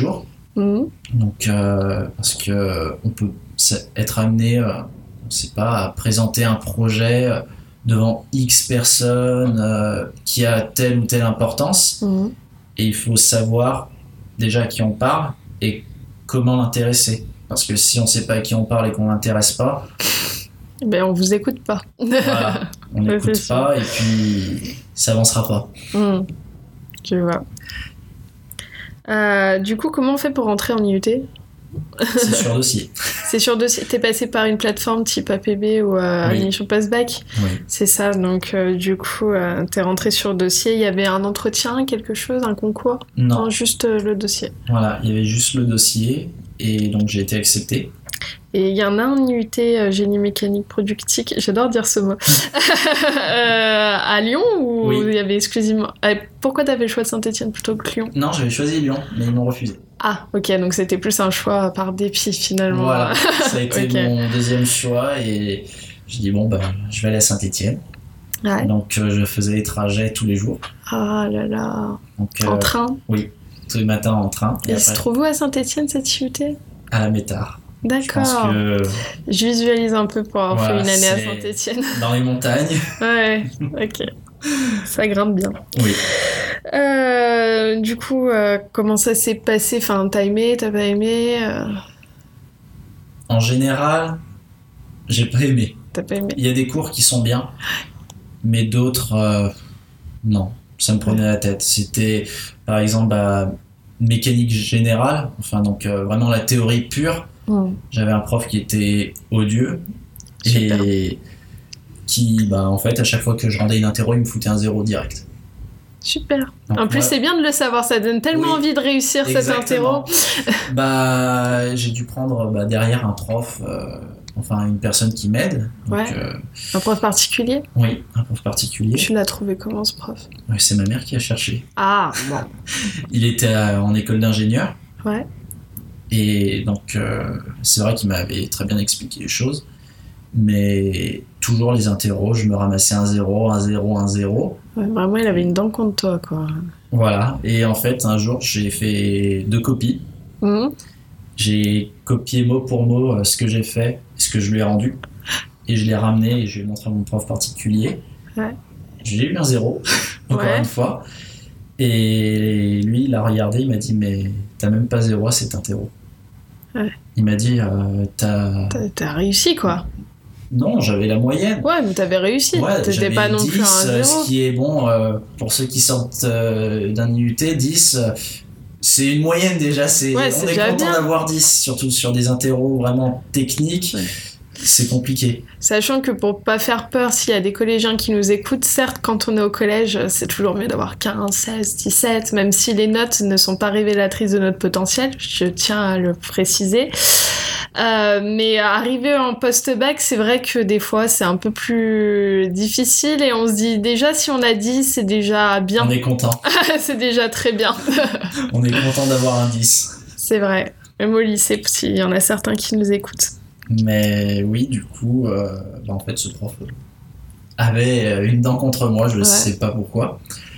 Donc, parce que on peut être amené, on sait pas, à présenter un projet devant X personnes qui a telle ou telle importance. Et il faut savoir déjà à qui on parle et comment l'intéresser. Parce que si on sait pas à qui on parle et qu'on l'intéresse pas, ben on vous écoute pas. Voilà, on n'écoute pas et puis ça avancera pas. Je vois. Du coup, comment on fait pour rentrer en IUT ? C'est sur dossier. C'est sur dossier. T'es passé par une plateforme type APB ou Admission Post-Bac ? Oui. C'est ça. Donc, du coup, t'es rentré sur dossier. Il y avait un entretien, quelque chose, un concours ? Non, juste le dossier. Voilà, il y avait juste le dossier et donc j'ai été accepté. Et il y en a un IUT génie mécanique productique, j'adore dire ce mot, à Lyon ou il y avait exclusivement... Pourquoi t'avais le choix de Saint-Etienne plutôt que Lyon ? Non, j'avais choisi Lyon, mais ils m'ont refusé. Ah, ok, donc c'était plus un choix par dépit finalement. Voilà, ça a été mon deuxième choix et j'ai dit bon, je vais aller à Saint-Etienne. Ouais. Donc je faisais les trajets tous les jours. Ah là là. Donc, en train ? Oui, tous les matins en train. Et il se trouve où à Saint-Etienne cette IUT ? À la Métard. D'accord. Je visualise un peu pour avoir fait une année à Saint-Etienne. Dans les montagnes. Ouais, ok. Ça grimpe bien. Oui. Du coup, comment ça s'est passé ? Enfin, t'as aimé, t'as pas aimé En général, j'ai pas aimé. T'as pas aimé ? Il y a des cours qui sont bien, mais d'autres, non. Ça me prenait la tête. C'était, par exemple, mécanique générale, enfin donc vraiment la théorie pure. J'avais un prof qui était odieux. Super. Et qui, en fait, à chaque fois que je rendais une interro, il me foutait un 0 direct. Super. Donc, en plus, c'est bien de le savoir, ça donne tellement envie de réussir cette interro. J'ai dû prendre derrière un prof, enfin une personne qui m'aide. Donc, un prof particulier ? Oui, un prof particulier. Tu l'as trouvé comment ce prof ? C'est ma mère qui a cherché. Ah, bon. Il était en école d'ingénieur. Ouais. Et donc, c'est vrai qu'il m'avait très bien expliqué les choses. Mais toujours les interros, je me ramassais un 0, un 0, un 0. Ouais, vraiment, il avait une dent contre toi, quoi. Voilà. Et en fait, un jour, j'ai fait 2 copies. J'ai copié mot pour mot ce que j'ai fait, ce que je lui ai rendu. Et je l'ai ramené et je l'ai montré à mon prof particulier. Ouais. J'ai eu un 0, encore une fois. Et lui, il a regardé, il m'a dit « Mais t'as même pas 0 à cet interro. » Ouais. Il m'a dit T'as réussi, quoi. Non, j'avais la moyenne. Ouais, mais t'avais réussi. Ouais, t'étais pas non 10, plus un 0. Ce qui est bon, pour ceux qui sortent d'un IUT, 10, c'est une moyenne déjà. On est content d'avoir 10, surtout sur des interros vraiment techniques. Ouais. C'est compliqué. Sachant que pour pas faire peur, s'il y a des collégiens qui nous écoutent, certes, quand on est au collège, c'est toujours mieux d'avoir 15, 16, 17, même si les notes ne sont pas révélatrices de notre potentiel, je tiens à le préciser. Mais arriver en post-bac, c'est vrai que des fois, c'est un peu plus difficile et on se dit déjà, si on a 10, c'est déjà bien. On est content. C'est déjà très bien. On est content d'avoir un 10. C'est vrai. Même au lycée, s'il y en a certains qui nous écoutent. Mais oui, du coup, en fait, ce prof avait une dent contre moi, je ne sais pas pourquoi.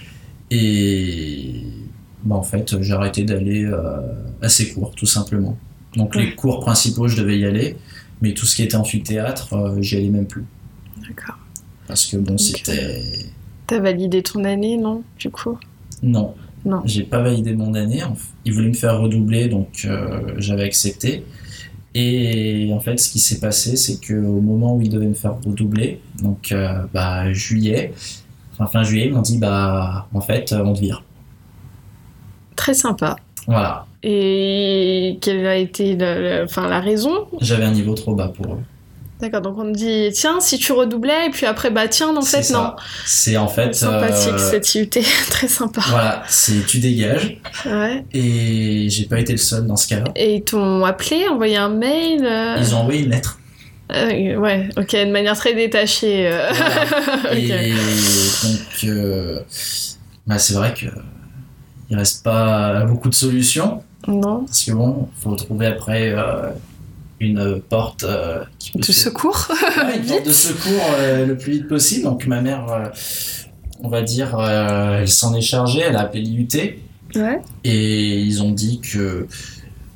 Et en fait, j'ai arrêté d'aller à ses cours, tout simplement. Donc les cours principaux, je devais y aller, mais tout ce qui était amphithéâtre, j'y allais même plus. D'accord. Parce que c'était... T'as validé ton année, non, du coup ? Non. Non. J'ai pas validé mon année. Il voulait me faire redoubler, donc j'avais accepté. Et en fait, ce qui s'est passé, c'est qu'au moment où il devait me faire redoubler, donc juillet, fin juillet, ils m'ont dit en fait, on te vire. Très sympa. Voilà. Et quelle a été la raison ? J'avais un niveau trop bas pour eux. D'accord, donc on te dit tiens, si tu redoublais, et puis après tiens, en fait, non. C'est en fait sympathique cette IUT, très sympa. Voilà, c'est tu dégages. Ouais. Et j'ai pas été le seul dans ce cas-là. Et ils t'ont appelé, envoyé un mail Ils ont envoyé une lettre. Ouais, ok, de manière très détachée. Voilà. Okay. Et donc, c'est vrai que il reste pas beaucoup de solutions. Non. Parce que faut trouver après une porte qui peut de secours. Une porte de secours le plus vite possible. Donc ma mère, on va dire, elle s'en est chargée, elle a appelé l'IUT. Ouais. Et ils ont dit que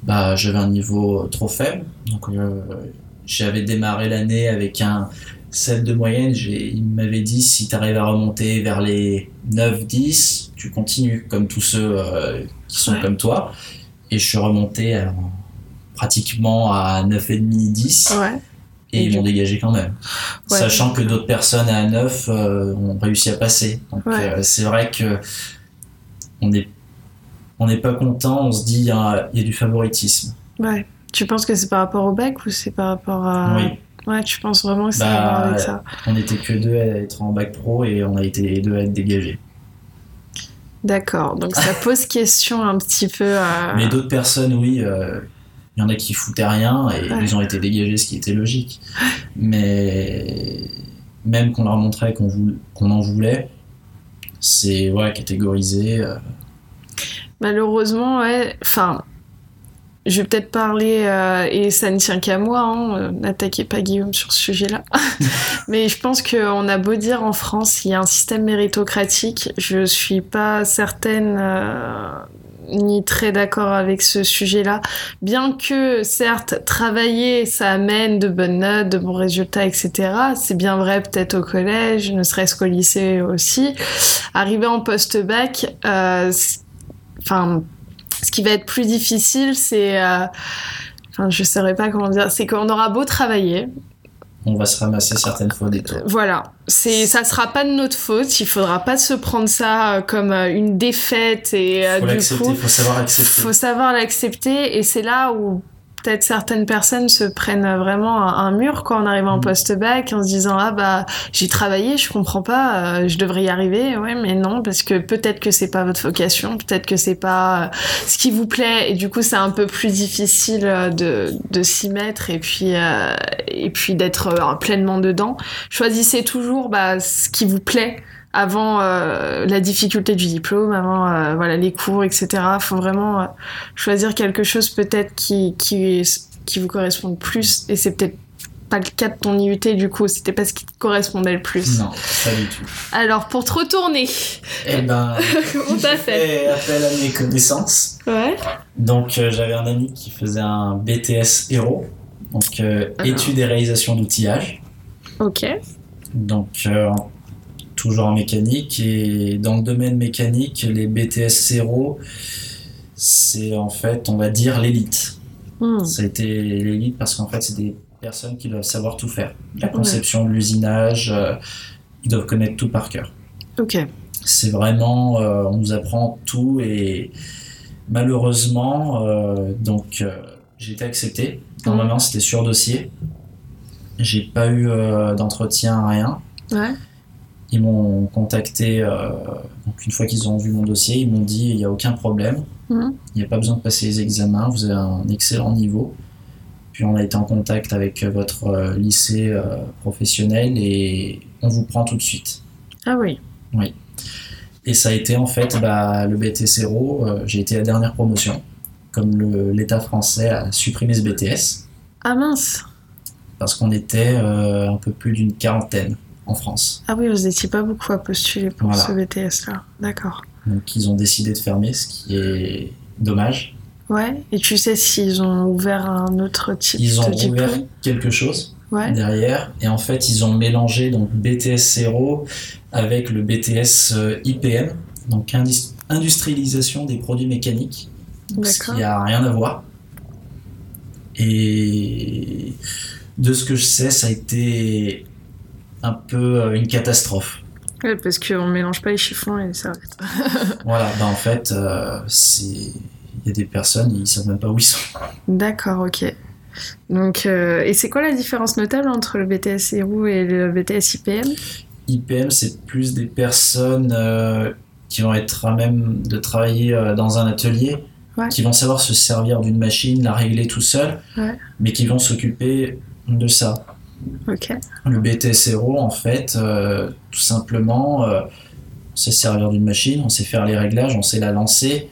j'avais un niveau trop faible. Donc j'avais démarré l'année avec un 7 de moyenne. Il m'avait dit si tu arrives à remonter vers les 9-10, tu continues comme tous ceux qui sont comme toi. Et je suis remonté pratiquement à 9,5-10. Ouais. Et ils m'ont dégagé quand même. Ouais. Sachant que d'autres personnes à 9 ont réussi à passer. Donc c'est vrai que on n'est pas content, on se dit il y a du favoritisme. Ouais. Tu penses que c'est par rapport au bac ou c'est par rapport à... Oui. Ouais, tu penses vraiment que ça a à voir avec ça? On n'était que 2 à être en bac pro et on a été les 2 à être dégagés. D'accord, donc ça pose question un petit peu. Mais d'autres personnes, oui, il y en a qui foutaient rien et ils ont été dégagés, ce qui était logique. Mais même qu'on leur montrait qu'on en voulait, c'est catégorisé. Malheureusement, enfin, je vais peut-être parler, et ça ne tient qu'à moi, n'attaquez pas Guillaume sur ce sujet-là. Mais je pense qu'on a beau dire en France, il y a un système méritocratique, je suis pas certaine ni très d'accord avec ce sujet-là. Bien que, certes, travailler, ça amène de bonnes notes, de bons résultats, etc. C'est bien vrai peut-être au collège, ne serait-ce qu'au lycée aussi. Arriver en post-bac, ce qui va être plus difficile, c'est... je ne saurais pas comment dire. C'est qu'on aura beau travailler. On va se ramasser certaines fois des taux. Voilà. Ça ne sera pas de notre faute. Il ne faudra pas se prendre ça comme une défaite. Il faut savoir accepter. Il faut savoir l'accepter. Et c'est là où peut-être certaines personnes se prennent vraiment un mur quand on arrive en post-bac en se disant j'ai travaillé, je comprends pas, je devrais y arriver. Ouais, mais non, parce que peut-être que c'est pas votre vocation, peut-être que c'est pas ce qui vous plaît, et du coup c'est un peu plus difficile de s'y mettre et puis d'être pleinement dedans. Choisissez toujours ce qui vous plaît avant la difficulté du diplôme, avant les cours, etc. Faut vraiment choisir quelque chose peut-être qui vous corresponde plus, et c'est peut-être pas le cas de ton IUT du coup, c'était pas ce qui te correspondait le plus. Non, pas du tout. Alors pour te retourner, on t'a fait appel à mes connaissances. Ouais. Donc j'avais un ami qui faisait un BTS Héros, donc études et réalisation d'outillage. Ok. Donc toujours en mécanique, et dans le domaine mécanique, les BTS Héros, c'est en fait, on va dire, l'élite. Ça a été l'élite parce qu'en fait, c'est des personnes qui doivent savoir tout faire. La conception de l'usinage, ils doivent connaître tout par cœur. Ok. C'est vraiment, on nous apprend tout, et malheureusement, j'ai été accepté. Normalement, c'était sur dossier. J'ai pas eu d'entretien, rien. Ouais. Ils m'ont contacté, donc une fois qu'ils ont vu mon dossier, ils m'ont dit il n'y a aucun problème, il n'y a pas besoin de passer les examens, vous avez un excellent niveau. Puis on a été en contact avec votre lycée professionnel et on vous prend tout de suite. Ah oui. Oui. Et ça a été en fait le BTS Héros, j'ai été la dernière promotion, comme l'État français a supprimé ce BTS. Ah mince. Parce qu'on était un peu plus d'une quarantaine en France. Ah oui, vous n'étiez pas beaucoup à postuler pour ce BTS-là. D'accord. Donc ils ont décidé de fermer, ce qui est dommage. Ouais, et tu sais s'ils ont ouvert un autre type de diplôme? Ils ont ouvert quelque chose derrière, et en fait ils ont mélangé donc BTS Héros avec le BTS IPM, donc industrialisation des produits mécaniques, ce qui n'a rien à voir. Et de ce que je sais, ça a été un peu une catastrophe. Ouais, parce qu'on mélange pas les chiffons et ça arrête. Voilà, en fait, il y a des personnes, ils savent même pas où ils sont. D'accord, ok. Donc, et c'est quoi la différence notable entre le BTS Héros et le BTS IPM? IPM, c'est plus des personnes qui vont être à même de travailler dans un atelier, qui vont savoir se servir d'une machine, la régler tout seul, mais qui vont s'occuper de ça. Ok. Le BTS Héros, en fait, tout simplement, on sait se servir d'une machine, on sait faire les réglages, on sait la lancer,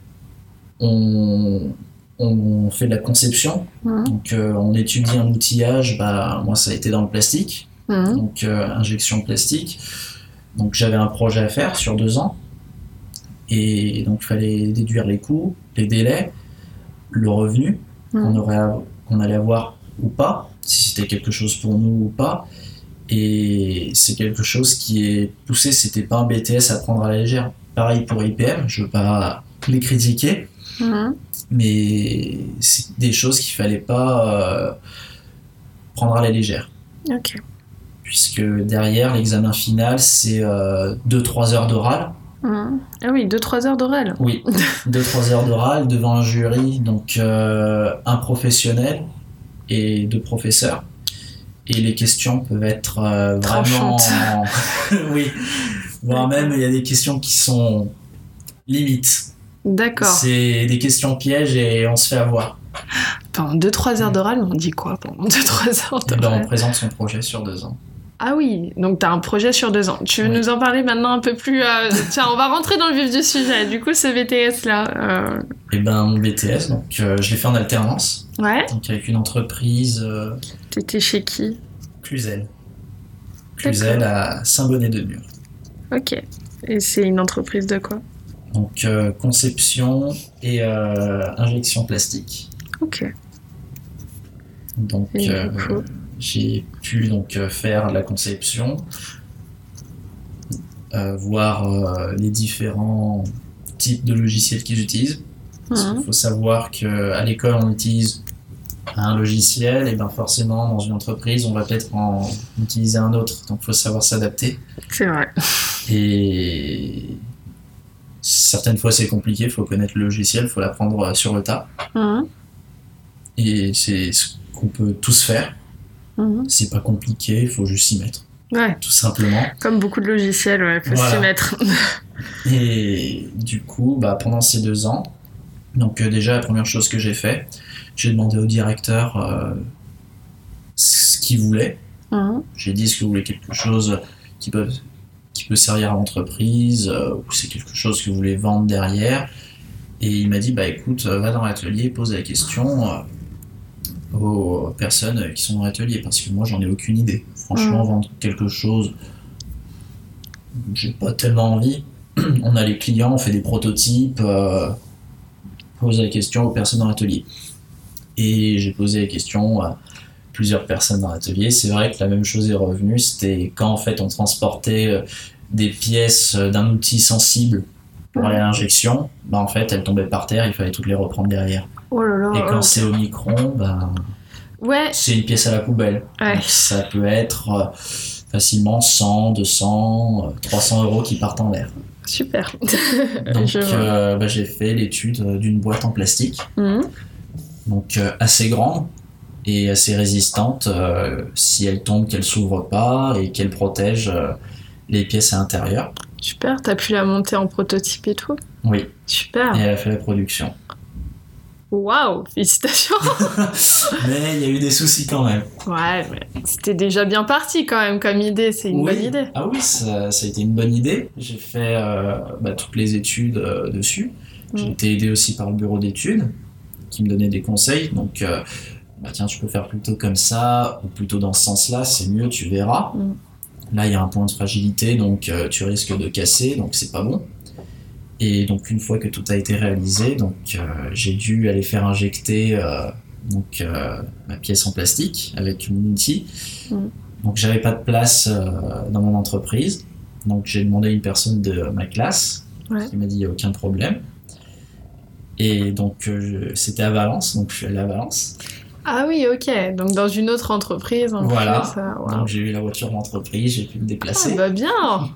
on fait de la conception, donc on étudie un outillage, moi ça a été dans le plastique, donc injection de plastique, donc j'avais un projet à faire sur 2 ans, et donc il fallait déduire les coûts, les délais, le revenu qu'on allait avoir ou pas, si c'était quelque chose pour nous ou pas. Et c'est quelque chose qui est poussé, c'était pas un BTS à prendre à la légère. Pareil pour IPM, je veux pas les critiquer, mais c'est des choses qu'il fallait pas prendre à la légère. Ok. Puisque derrière, l'examen final, c'est 2-3 heures d'oral. Ah oui, 2-3 heures d'oral. Oui, 2-3 heures d'oral devant un jury, donc un professionnel et 2 professeurs. Et les questions peuvent être vraiment... oui, voire même il y a des questions qui sont limites. D'accord. C'est des questions pièges et on se fait avoir. Pendant 2-3 heures d'oral, on dit quoi pendant 2-3 heures d'oral? On présente son projet sur 2 ans. Ah oui, donc tu as un projet sur 2 ans. Tu veux nous en parler maintenant un peu plus Tiens, on va rentrer dans le vif du sujet. Du coup, ce BTS-là... Eh ben, mon BTS, donc, je l'ai fait en alternance. Ouais. Donc avec une entreprise... T'étais chez qui? Cluzel. Cluzel à Saint-Bonnet-de-Mur. Ok. Et c'est une entreprise de quoi? Donc conception et injection plastique. Ok. Donc j'ai pu donc faire la conception, voir les différents types de logiciels qu'ils utilisent. Parce qu'il faut savoir qu'à l'école on utilise un logiciel, et bien forcément dans une entreprise on va peut-être en utiliser un autre, donc il faut savoir s'adapter. C'est vrai. Et certaines fois c'est compliqué, il faut connaître le logiciel, il faut l'apprendre sur le tas. Et c'est ce qu'on peut tous faire. C'est pas compliqué, il faut juste s'y mettre. Ouais. Tout simplement. Comme beaucoup de logiciels, ouais, faut s'y mettre. Et du coup, pendant ces 2 ans, donc déjà la première chose que j'ai fait, j'ai demandé au directeur ce qu'il voulait. J'ai dit, est-ce que vous voulez quelque chose qui peut servir à l'entreprise, ou c'est quelque chose que vous voulez vendre derrière? Et il m'a dit, écoute, va dans l'atelier, pose la question aux personnes qui sont dans l'atelier, parce que moi j'en ai aucune idée. Franchement, vendre quelque chose, j'ai pas tellement envie. On a les clients, on fait des prototypes, pose la question aux personnes dans l'atelier. Et j'ai posé la question à plusieurs personnes dans l'atelier. C'est vrai que la même chose est revenue, c'était quand en fait on transportait des pièces d'un outil sensible pour aller à l'injection, en fait elles tombaient par terre, il fallait toutes les reprendre derrière. Oh là là, et quand c'est au micron, c'est une pièce à la poubelle. Ouais. Donc ça peut être facilement 100, 200, 300 € qui partent en l'air. Super. Donc j'ai fait l'étude d'une boîte en plastique, donc assez grande et assez résistante si elle tombe, qu'elle s'ouvre pas et qu'elle protège les pièces à l'intérieur. Super, t'as pu la monter en prototype et tout? Oui. Super. Et elle a fait la production. Waouh, félicitations. Mais il y a eu des soucis quand même. Ouais, mais c'était déjà bien parti quand même comme idée, c'est une bonne idée. Ah oui, ça a été une bonne idée. J'ai fait toutes les études dessus. J'ai été aidé aussi par le bureau d'études qui me donnait des conseils. Donc, tiens, tu peux faire plutôt comme ça ou plutôt dans ce sens-là, c'est mieux, tu verras. Là, il y a un point de fragilité, donc tu risques de casser, donc c'est pas bon. Et donc une fois que tout a été réalisé, donc j'ai dû aller faire injecter ma pièce en plastique avec mon outil. Donc j'avais pas de place dans mon entreprise, donc j'ai demandé à une personne de ma classe qui m'a dit il n'y a aucun problème. Et donc c'était à Valence, donc je suis allé à Valence. Ah oui, ok, donc dans une autre entreprise. Voilà, plus, donc j'ai eu la voiture d'entreprise, j'ai pu me déplacer. Ah bah bien.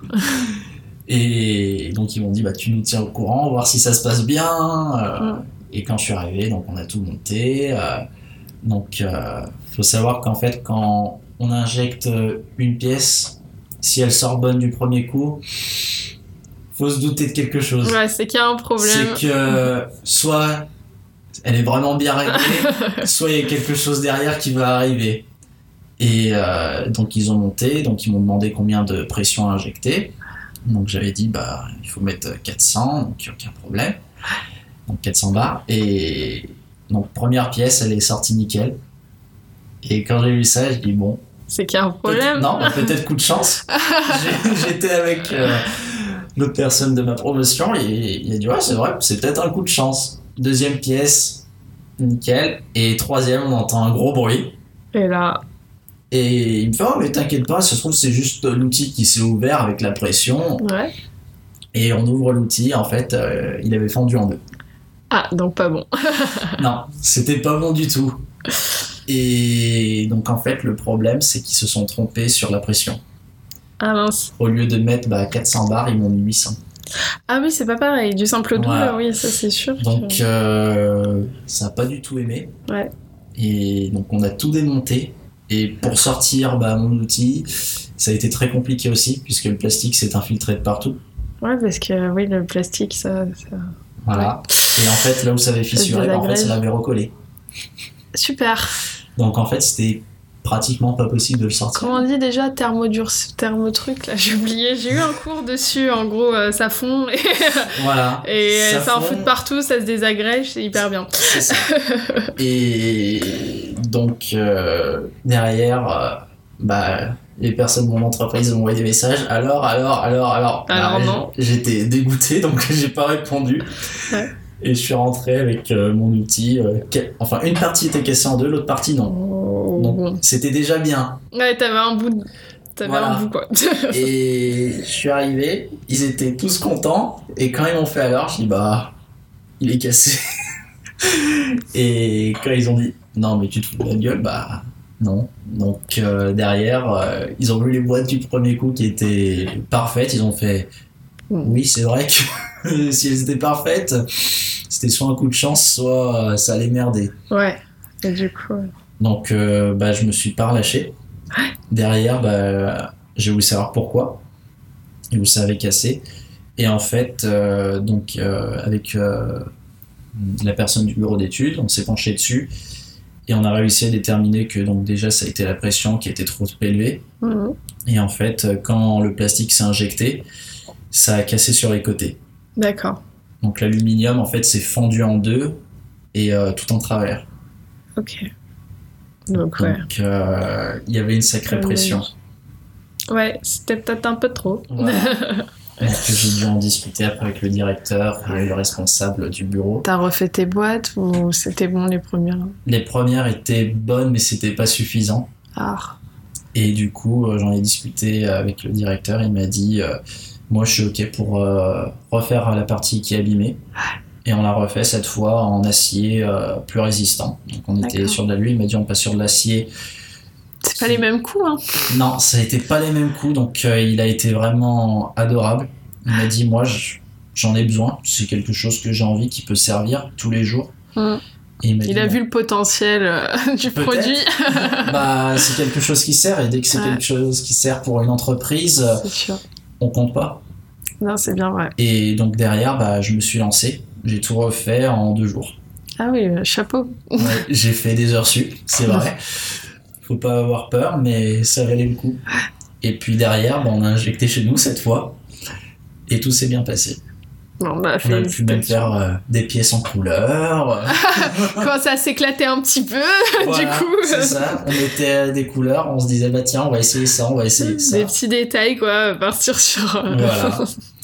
Et donc ils m'ont dit tu nous tiens au courant, voir si ça se passe bien. Et quand je suis arrivé, donc on a tout monté. Donc faut savoir qu'en fait quand on injecte une pièce, si elle sort bonne du premier coup, faut se douter de quelque chose. Ouais, c'est qu'il y a un problème. C'est que soit elle est vraiment bien réglée, soit il y a quelque chose derrière qui va arriver. Et donc ils ont monté, donc ils m'ont demandé combien de pression à injecter. Donc j'avais dit il faut mettre 400, donc il n'y a aucun problème. Donc 400 bars. Et donc première pièce, elle est sortie nickel. Et quand j'ai vu ça, je dis bon. C'est qu'il y a un problème. Peut-être coup de chance. J'étais avec l'autre personne de ma promotion et il a dit ouais c'est vrai, c'est peut-être un coup de chance. Deuxième pièce, nickel. Et troisième, on entend un gros bruit. Et là... Et il me fait « Oh, mais t'inquiète pas, ça se trouve, c'est juste l'outil qui s'est ouvert avec la pression. » Ouais. Et on ouvre l'outil, en fait, il avait fendu en deux. Ah, donc pas bon. Non, c'était pas bon du tout. Et donc, en fait, le problème, c'est qu'ils se sont trompés sur la pression. Ah mince. Au lieu de mettre 400 bars, ils m'ont mis 800. Ah oui, c'est pas pareil. Du simple doux, Voilà. là, oui, ça c'est sûr. Donc, ça n'a pas du tout aimé. Ouais. Et donc, on a tout démonté. Et pour sortir mon outil, ça a été très compliqué aussi, puisque le plastique s'est infiltré de partout. Ouais, parce que oui, le plastique, ça... Voilà. Ouais. Et en fait, là où ça avait fissuré, en fait, ça l'avait recollé. Super. Donc, en fait, c'était pratiquement pas possible de le sortir. Comment on dit déjà thermotruc là, j'ai oublié, j'ai eu un cours dessus, en gros ça fond et, voilà. Et ça en fout de partout, ça se désagrège, c'est hyper bien. C'est ça. Et donc derrière, les personnes de mon entreprise ont envoyé des messages. Alors non. J'étais dégoûté, donc j'ai pas répondu. Ouais. Et je suis rentré avec mon outil. Enfin, une partie était cassée en deux, l'autre partie non. Donc c'était déjà bien. Ouais, t'avais un bout quoi. Et je suis arrivé, ils étaient tous contents. Et quand ils m'ont fait alors, je dis il est cassé. Et quand ils ont dit non mais tu te fous de la gueule, non. Donc derrière, ils ont vu les boîtes du premier coup qui étaient parfaites. Ils ont fait oui, c'est vrai que si elles étaient parfaites, c'était soit un coup de chance, soit ça allait merder. Ouais. Et du coup. Donc je me suis pas relâché. Ouais. Derrière, j'ai voulu savoir pourquoi et où ça avait cassé. Et en fait, avec la personne du bureau d'études, on s'est penché dessus et on a réussi à déterminer que donc déjà ça a été la pression qui était trop élevée. Mmh. Et en fait, quand le plastique s'est injecté, ça a cassé sur les côtés. D'accord. Donc l'aluminium en fait s'est fendu en deux et tout en travers. Ok. Donc il y avait une sacrée pression. Ouais, c'était peut-être un peu trop. Voilà. Donc j'ai dû en discuter après avec le directeur et le responsable du bureau. T'as refait tes boîtes ou c'était bon les premières? Les premières étaient bonnes mais c'était pas suffisant. Ah. Et du coup j'en ai discuté avec le directeur, il m'a dit moi je suis ok pour refaire la partie qui est abîmée. Et on l'a refait cette fois en acier plus résistant. Donc on était sur de l'alu, il m'a dit on passe sur de l'acier. C'est pas les mêmes coups, hein? Non, ça n'était pas les mêmes coups, donc il a été vraiment adorable. Il m'a dit moi j'en ai besoin, c'est quelque chose que j'ai envie qui peut servir tous les jours. Et il a vu le potentiel du produit. C'est quelque chose qui sert, et dès que c'est quelque chose qui sert pour une entreprise, on compte pas. Non, c'est bien vrai. Et donc derrière, je me suis lancé. J'ai tout refait en 2 jours. Ah oui, chapeau. Ouais, j'ai fait des heures sup, c'est vrai. Faut pas avoir peur, mais ça valait le coup. Et puis derrière, on a injecté chez nous cette fois. Et tout s'est bien passé. Bon, on a pu même faire des pièces en couleur. Quand ça s'éclatait un petit peu, voilà, du coup. C'est ça, on mettait des couleurs, on se disait tiens, on va essayer ça, on va essayer ça. Des petits détails, quoi, partir sur... Voilà.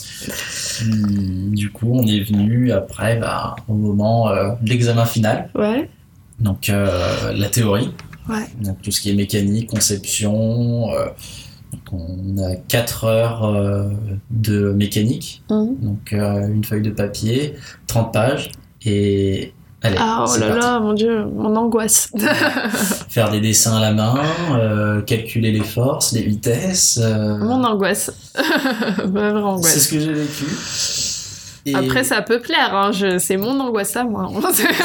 Du coup, on est venu après, au moment de l'examen final. Ouais. Donc, la théorie. Ouais. Donc, tout ce qui est mécanique, conception. Donc on a 4 heures de mécanique. Donc, une feuille de papier, 30 pages. Et allez, oh là là, mon Dieu, mon angoisse. Faire des dessins à la main, calculer les forces, les vitesses. Mon angoisse. Ma vraie angoisse. C'est ce que j'ai vécu. Et... Après, ça peut plaire, hein. C'est mon angoisse à moi.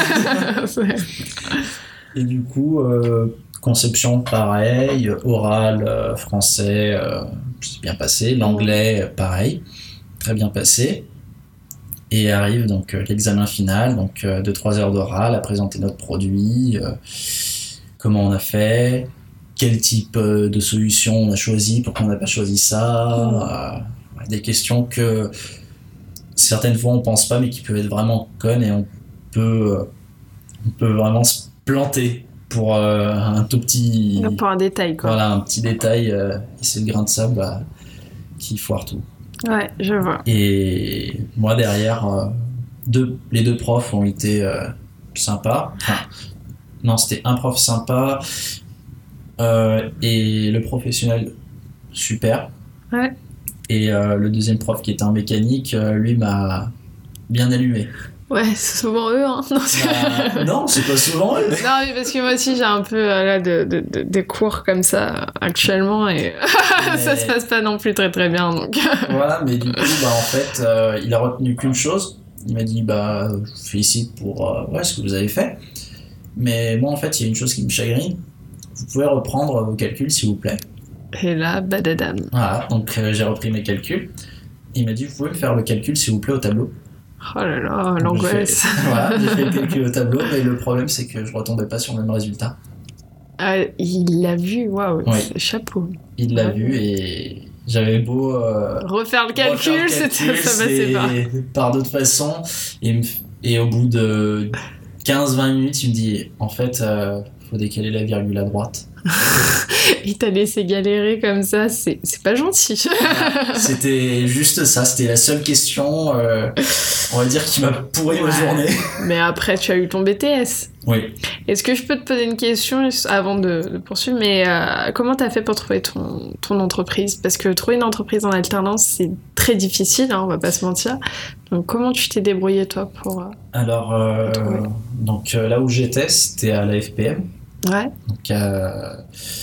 Et du coup, conception pareil, oral, français, c'est bien passé. L'anglais, pareil, très bien passé. Et arrive donc l'examen final, donc 2-3 heures d'oral à présenter notre produit, comment on a fait, quel type de solution on a choisi, pourquoi on n'a pas choisi ça, des questions que certaines fois on pense pas mais qui peuvent être vraiment connes et on peut vraiment se planter pour un tout petit... Pour un détail, quoi. Voilà, un petit détail, et c'est le grain de sable qui foire tout. Ouais, je vois. Et moi derrière, les deux profs ont été sympa. Enfin, non, c'était un prof sympa et le professionnel super. Ouais. Et le deuxième prof qui était en mécanique, lui m'a bien allumé. Ouais, c'est souvent eux, hein. Non, non, c'est pas souvent eux. Non, mais parce que moi aussi j'ai un peu là des cours comme ça actuellement et ça se passe pas non plus très très bien donc. Voilà, mais du coup, en fait, il a retenu qu'une chose. Il m'a dit, je vous félicite pour ce que vous avez fait. Mais moi, en fait, il y a une chose qui me chagrine. Vous pouvez reprendre vos calculs, s'il vous plaît. Et là, badadam. Voilà, donc j'ai repris mes calculs. Il m'a dit, vous pouvez me faire le calcul, s'il vous plaît, au tableau. Oh là là, l'angoisse. Voilà, j'ai fait le calcul au tableau, mais le problème, c'est que je retombais pas sur le même résultat. Il l'a vu, waouh, oui. Chapeau. Il l'a vu et j'avais beau refaire le calcul, ça passait pas. Par d'autres façons, et au bout de 15-20 minutes, il me dit, en fait, faut décaler la virgule à droite. Il t'a laissé galérer comme ça, c'est pas gentil. C'était juste ça, c'était la seule question, on va dire, qui m'a pourri ma journée. Mais après, tu as eu ton BTS. Oui. Est-ce que je peux te poser une question avant de poursuivre, mais comment t'as fait pour trouver ton entreprise? Parce que trouver une entreprise en alternance, c'est très difficile, hein, on va pas se mentir. Donc comment tu t'es débrouillé toi pour... Alors, donc là où j'étais, c'était à la FPM. Ouais. Donc, je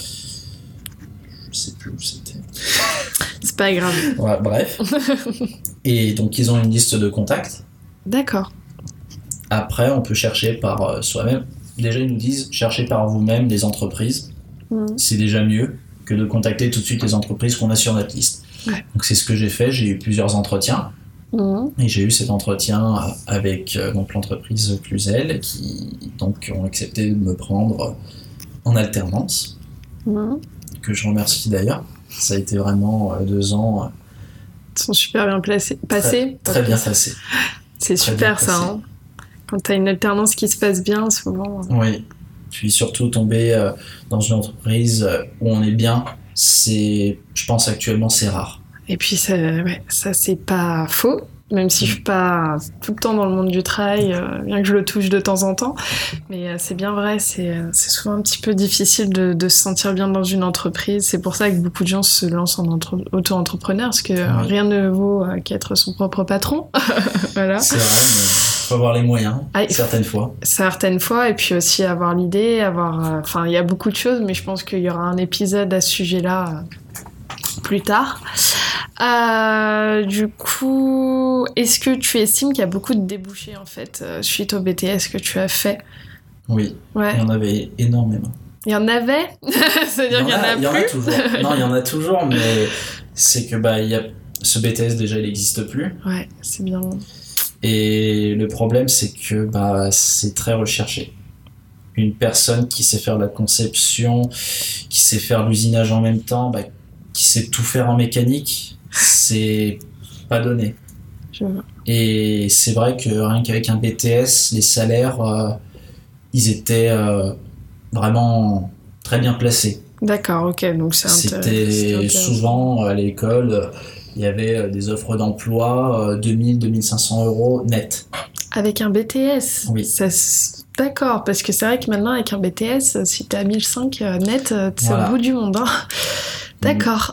sais plus où c'était. C'est pas grave. Ouais, bref. Et donc, ils ont une liste de contacts. D'accord. Après, on peut chercher par soi-même. Déjà, ils nous disent, cherchez par vous-même des entreprises. C'est déjà mieux que de contacter tout de suite les entreprises qu'on a sur notre liste. Ouais. Donc, c'est ce que j'ai fait. J'ai eu plusieurs entretiens. Et j'ai eu cet entretien avec donc l'entreprise Cluzel qui donc ont accepté de me prendre en alternance, que je remercie d'ailleurs. Ça a été vraiment 2 ans. Ils sont super bien passés. Très bien passés. C'est super ça. Hein. Quand tu as une alternance qui se passe bien, souvent. Oui. Je suis surtout tombé dans une entreprise où on est bien. Je pense actuellement, c'est rare. Et puis ça c'est pas faux, même si je suis pas tout le temps dans le monde du travail, bien que je le touche de temps en temps. Mais c'est bien vrai, c'est souvent un petit peu difficile de se sentir bien dans une entreprise. C'est pour ça que beaucoup de gens se lancent en auto-entrepreneur, parce que rien ne vaut qu'être son propre patron. Voilà. C'est vrai, mais il faut avoir les moyens, certaines fois. Certaines fois, et puis aussi avoir l'idée, enfin, il y a beaucoup de choses, mais je pense qu'il y aura un épisode à ce sujet-là plus tard. Du coup, est-ce que tu estimes qu'il y a beaucoup de débouchés en fait suite au BTS que tu as fait? Oui, ouais. Il y en avait énormément. Il y en avait? C'est-à-dire qu'il y en a plus? Il y en a toujours. Non, il y en a toujours, mais c'est que ce BTS déjà il n'existe plus. Ouais, c'est bien. Et le problème c'est que c'est très recherché. Une personne qui sait faire la conception, qui sait faire l'usinage en même temps, qui sait tout faire en mécanique, c'est pas donné. Et c'est vrai que rien qu'avec un BTS, les salaires, ils étaient vraiment très bien placés. D'accord, ok, donc c'était souvent à l'école, il y avait des offres d'emploi 2000-2500 euros net. Avec un BTS? Oui. D'accord, parce que c'est vrai que maintenant avec un BTS, si t'es à 1500 net, c'est au bout du monde. Hein. D'accord.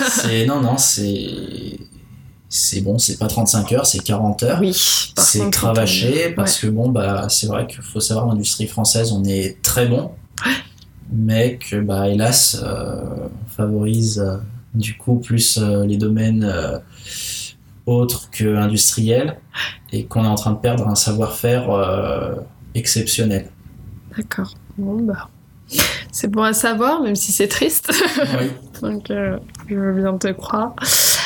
C'est bon, c'est pas 35 heures, c'est 40 heures. Oui, c'est cravaché parce que c'est vrai qu'il faut savoir, l'industrie française, on est très bon, mais que hélas, on favorise du coup plus les domaines autres que industriels et qu'on est en train de perdre un savoir-faire exceptionnel. D'accord. Bon c'est bon à savoir, même si c'est triste. Oui. Donc, je veux bien te croire.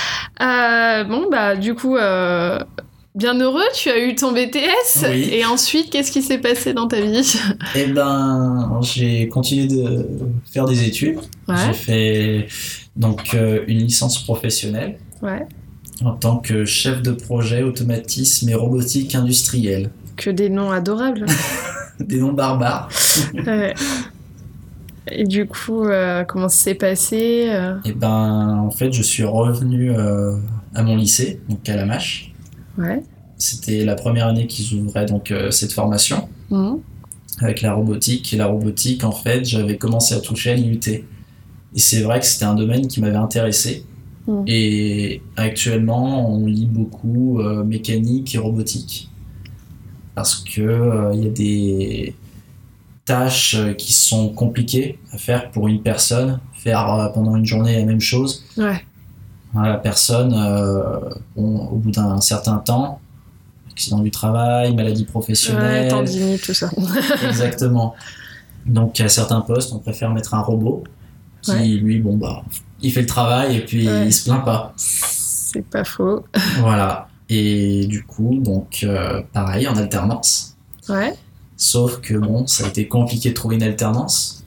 Du coup, bien heureux, tu as eu ton BTS. Oui. Et ensuite, qu'est-ce qui s'est passé dans ta vie? J'ai continué de faire des études. Ouais. J'ai fait donc une licence professionnelle. Ouais. En tant que chef de projet automatisme et robotique industrielle. Que des noms adorables. Des noms barbares. Ouais. Et du coup, comment ça s'est passé? En fait, je suis revenu à mon lycée, donc à la Mâche. Ouais. C'était la première année qu'ils ouvraient donc cette formation. avec la robotique. Et la robotique, en fait, j'avais commencé à toucher à l'IUT. Et c'est vrai que c'était un domaine qui m'avait intéressé. Et actuellement, on lit beaucoup mécanique et robotique. Parce que y a des tâches qui sont compliquées à faire pour une personne. Faire pendant une journée la même chose. Ouais. La personne, au bout d'un certain temps, accident du travail, maladie professionnelle... Ouais, tendinite, tout ça. Exactement. Donc, à certains postes, on préfère mettre un robot qui, lui, il fait le travail et puis il se plaint pas. C'est pas faux. Voilà. Et du coup, pareil, en alternance. Ouais. Sauf que, ça a été compliqué de trouver une alternance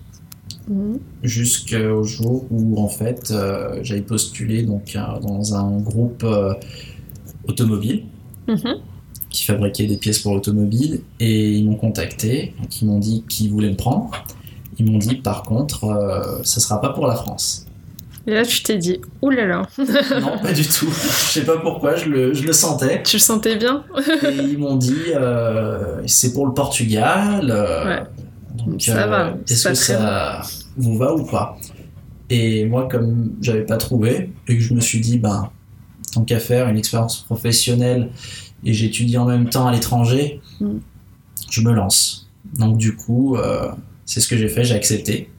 jusqu'au jour où, en fait, j'avais postulé dans un groupe automobile qui fabriquait des pièces pour l'automobile, et ils m'ont contacté, donc ils m'ont dit qu'ils voulaient me prendre. Ils m'ont dit, par contre, ça sera pas pour la France. Et là, tu t'es dit, oulala. Non, pas du tout. Je sais pas pourquoi, je le sentais. Tu le sentais bien? Et ils m'ont dit, c'est pour le Portugal. Ouais. Donc, ça va. Est-ce que ça vous va ou pas? Et moi, comme j'avais pas trouvé, et que je me suis dit, tant qu'à faire une expérience professionnelle, et j'étudie en même temps à l'étranger, je me lance. Donc du coup, c'est ce que j'ai fait, j'ai accepté.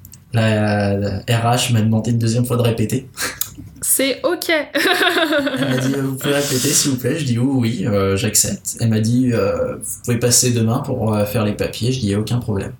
La RH m'a demandé une deuxième fois de répéter. C'est ok. Elle m'a dit, vous pouvez répéter s'il vous plaît? Je dis oui, j'accepte. Elle m'a dit, vous pouvez passer demain pour faire les papiers? Je dis, aucun problème.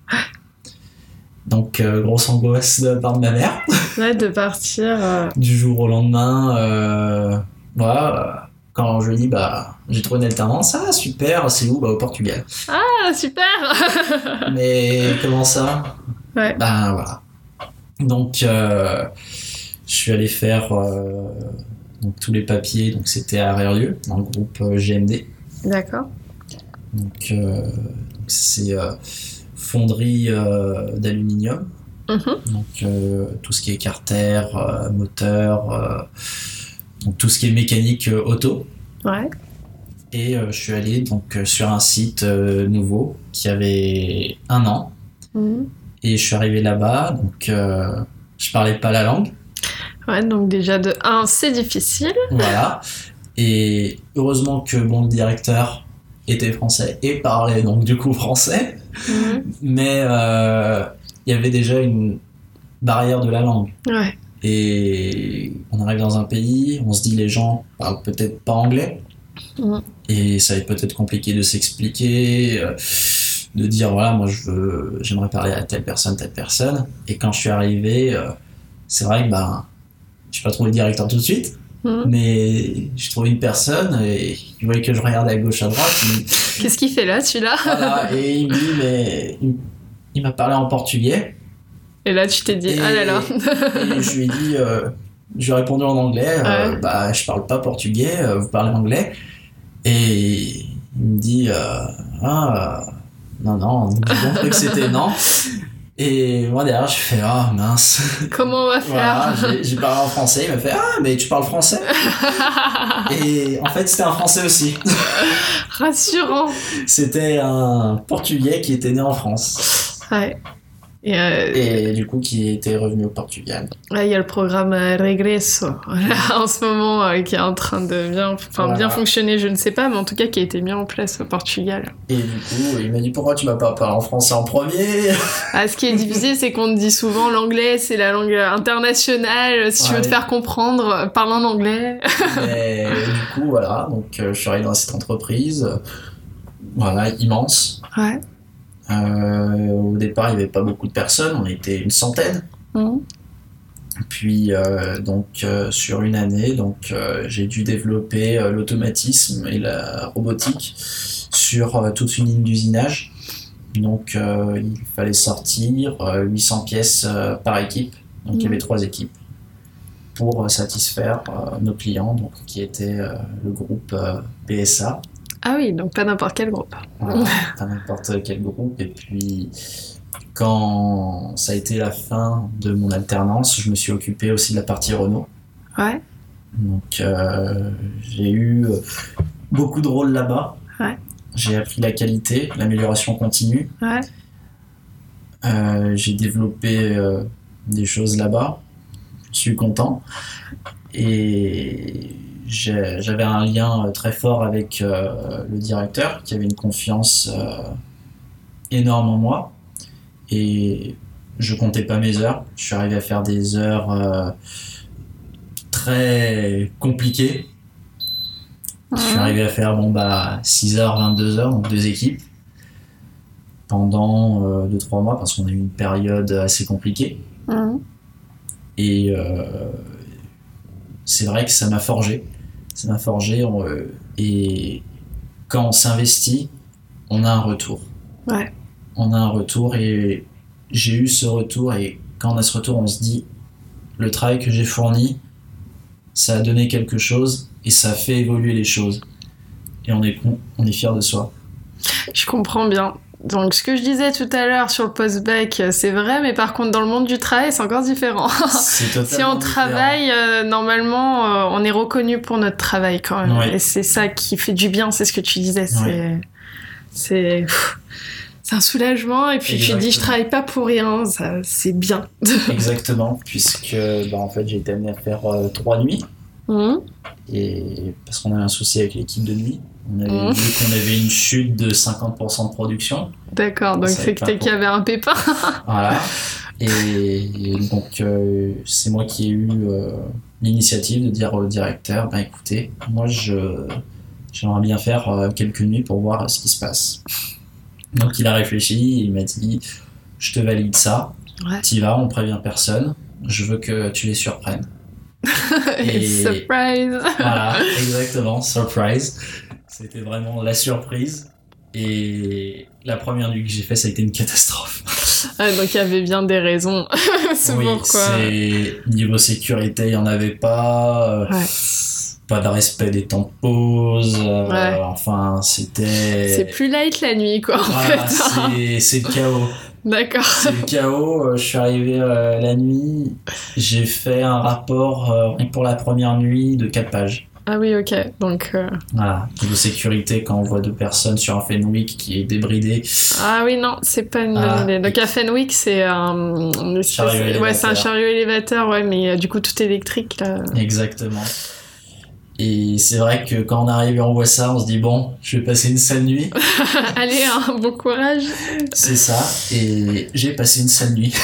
Donc grosse angoisse de la part de ma mère. Ouais, de partir. Du jour au lendemain, voilà. Quand je lui dis, j'ai trouvé une alternance, super, c'est où? Au Portugal. Ah, super. Mais comment ça? Ouais. Voilà. Donc, je suis allé faire tous les papiers, donc c'était à Reyrieux, dans le groupe GMD. D'accord. Donc, c'est fonderie d'aluminium. Donc, tout ce qui est carter, moteur... donc tout ce qui est mécanique auto. Ouais. Et je suis allé sur un site nouveau qui avait 1 an. Et je suis arrivé là-bas, donc je parlais pas la langue. Ouais, donc déjà de 1, c'est difficile. Voilà. Et heureusement que le directeur était français et parlait donc du coup français. Mais il y avait déjà une barrière de la langue. Ouais. Et on arrive dans un pays, on se dit les gens parlent peut-être pas anglais, et ça va être peut-être compliqué de s'expliquer, de dire voilà, moi j'aimerais parler à telle personne. Et quand je suis arrivé, c'est vrai que j'ai pas trouvé le directeur tout de suite, mais j'ai trouvé une personne et il voyait que je regardais à gauche à droite. Qu'est-ce qu'il fait là, celui-là? Voilà, et il me dit mais il m'a parlé en portugais. Et là, tu t'es dit, ah là là. Et je lui ai dit, je lui ai répondu en anglais, je parle pas portugais, vous parlez anglais. Et il me dit, non, j'ai compris que c'était non. Et moi derrière, je fais, mince. Comment on va faire? Voilà, j'ai parlé en français, il m'a fait, mais tu parles français? Et en fait, c'était un français aussi. Rassurant. C'était un portugais qui était né en France. Ouais. Et du coup qui était revenu au Portugal. Là il y a le programme Regresso en ce moment qui est en train de bien fonctionner, je ne sais pas, mais en tout cas qui a été mis en place au Portugal. Et du coup il m'a dit pourquoi tu m'as pas parlé en français en premier? Ce qui est difficile, c'est qu'on te dit souvent l'anglais c'est la langue internationale, si tu veux te faire comprendre, parle en anglais. Mais du coup voilà, donc je suis arrivé dans cette entreprise immense. Ouais. Au départ, il n'y avait pas beaucoup de personnes, on était une centaine. Puis, sur une année, j'ai dû développer l'automatisme et la robotique sur toute une ligne d'usinage. Donc, il fallait sortir 800 pièces par équipe. Donc, il y avait 3 équipes pour satisfaire nos clients, qui étaient le groupe PSA. Ah oui, donc pas n'importe quel groupe. Voilà, pas n'importe quel groupe. Et puis, quand ça a été la fin de mon alternance, je me suis occupé aussi de la partie Renault. Ouais. Donc, j'ai eu beaucoup de rôles là-bas. Ouais. J'ai appris la qualité, l'amélioration continue. Ouais. J'ai développé des choses là-bas. Je suis content. Et j'avais un lien très fort avec le directeur qui avait une confiance énorme en moi. Et je comptais pas mes heures. Je suis arrivé à faire des heures très compliquées. Je suis arrivé à faire 6h, 22h, donc 2 équipes, pendant 2-3 mois, parce qu'on a eu une période assez compliquée. Et c'est vrai que ça m'a forgé. Et quand on s'investit, on a un retour. Ouais. On a un retour et j'ai eu ce retour. Et quand on a ce retour, on se dit, le travail que j'ai fourni, ça a donné quelque chose et ça a fait évoluer les choses. Et on est fier de soi. Je comprends bien. Donc, ce que je disais tout à l'heure sur le post-bac, c'est vrai, mais par contre, dans le monde du travail, c'est encore différent. C'est totalement si on travaille, normalement, on est reconnu pour notre travail quand même. Ouais. Et c'est ça qui fait du bien, c'est ce que tu disais. C'est un soulagement. Et puis, tu dis, je travaille pas pour rien, ça, c'est bien. Exactement, puisque en fait, j'ai été amené à faire 3 nuits. Et parce qu'on avait un souci avec l'équipe de nuit. On avait vu qu'on avait une chute de 50% de production. D'accord, donc c'est que qu'il y avait un pépin. Voilà. Et donc, c'est moi qui ai eu l'initiative de dire au directeur, écoutez, moi j'aimerais bien faire quelques nuits pour voir ce qui se passe. Donc il a réfléchi, il m'a dit, je te valide ça, t'y vas, on prévient personne, je veux que tu les surprennes. Et surprise. Voilà, exactement, surprise. C'était vraiment la surprise. Et la première nuit que j'ai fait, ça a été une catastrophe. Donc il y avait bien des raisons. C'est pourquoi. Niveau sécurité, il n'y en avait pas. Pas de respect des temps de pause. Enfin, c'était... C'est plus light la nuit, quoi, en fait. C'est le chaos. D'accord. C'est le chaos. Je suis arrivé la nuit. J'ai fait un rapport pour la première nuit de 4 pages. Ah oui, ok. Donc. Voilà. Niveau sécurité, quand on voit 2 personnes sur un Fenwick qui est débridé. Ah oui, non, c'est pas une bonne idée. Donc, à Fenwick, c'est un chariot élévateur, mais du coup, tout électrique, là. Exactement. Et c'est vrai que quand on arrive et on voit ça, on se dit bon, je vais passer une sale nuit. Allez, bon courage. C'est ça, et j'ai passé une sale nuit.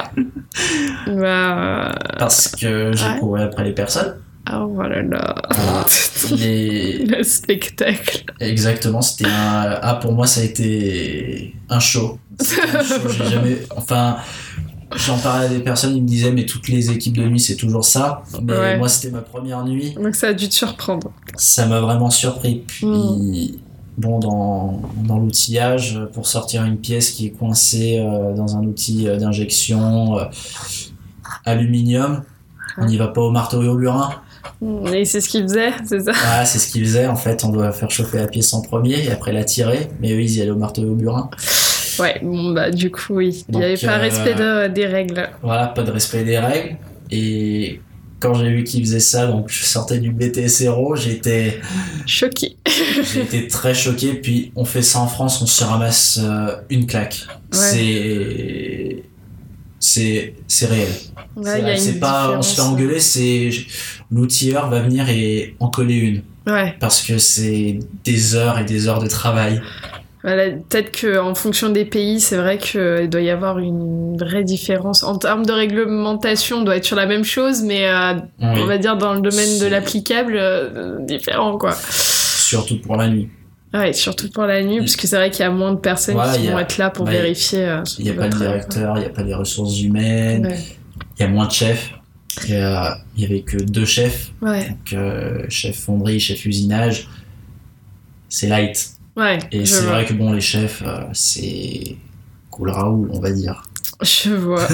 Parce que j'ai couru après les personnes. Oh voilà là. Voilà. Le spectacle. Exactement, c'était pour moi ça a été un show. J'ai jamais... Enfin... J'en parlais à des personnes, ils me disaient mais toutes les équipes de nuit c'est toujours ça, mais moi c'était ma première nuit. Donc ça a dû te surprendre. Ça m'a vraiment surpris. Puis dans l'outillage, pour sortir une pièce qui est coincée dans un outil d'injection aluminium, on n'y va pas au marteau et au burin. Et c'est ce qu'ils faisaient, c'est ça? Voilà, c'est ce qu'ils faisaient en fait, on doit faire chauffer la pièce en premier et après la tirer, mais eux ils y allaient au marteau et au burin. Ouais, du coup, oui. Il n'y avait pas respect des règles. Voilà, pas de respect des règles. Et quand j'ai vu qu'ils faisaient ça, donc je sortais du BTS Aero, j'étais... choqué. J'ai été très choqué. Puis on fait ça en France, on se ramasse une claque. Ouais. C'est réel. Ouais, c'est pas on se fait engueuler, c'est l'outilleur va venir et en coller une. Ouais. Parce que c'est des heures et des heures de travail. Voilà, peut-être qu'en fonction des pays, c'est vrai qu'il doit y avoir une vraie différence. En termes de réglementation, on doit être sur la même chose, mais on va dire dans le domaine de l'applicable, différent, quoi. Surtout pour la nuit. Ouais, surtout pour la nuit, parce que c'est vrai qu'il y a moins de personnes qui vont être là pour vérifier. Il n'y a pas de directeur, il n'y a pas les ressources humaines, il y a moins de chefs. Il y avait que 2 chefs. Ouais. Donc, chef fonderie, chef usinage, c'est light. Ouais, et c'est vrai que les chefs, c'est cool Raoul, on va dire. Je vois.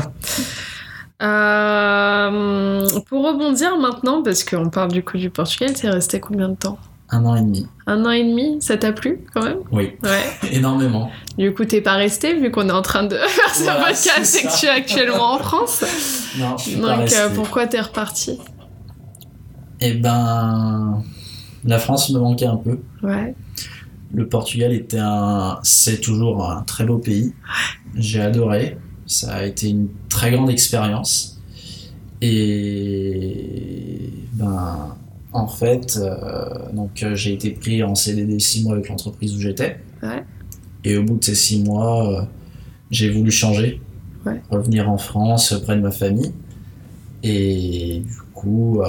Pour rebondir maintenant, parce qu'on parle du coup du Portugal, t'es resté combien de temps? 1 an et demi. 1 an et demi, ça t'a plu quand même? Oui, énormément. Du coup, t'es pas resté vu qu'on est en train de faire ce podcast et que tu es actuellement en France. Non, je suis pas resté. Donc pourquoi t'es reparti? La France me manquait un peu. Ouais. Le Portugal c'est toujours un très beau pays. J'ai adoré. Ça a été une très grande expérience. Et en fait, j'ai été pris en CDD 6 mois avec l'entreprise où j'étais. Ouais. Et au bout de ces 6 mois, j'ai voulu changer, revenir en France près de ma famille. Et du coup,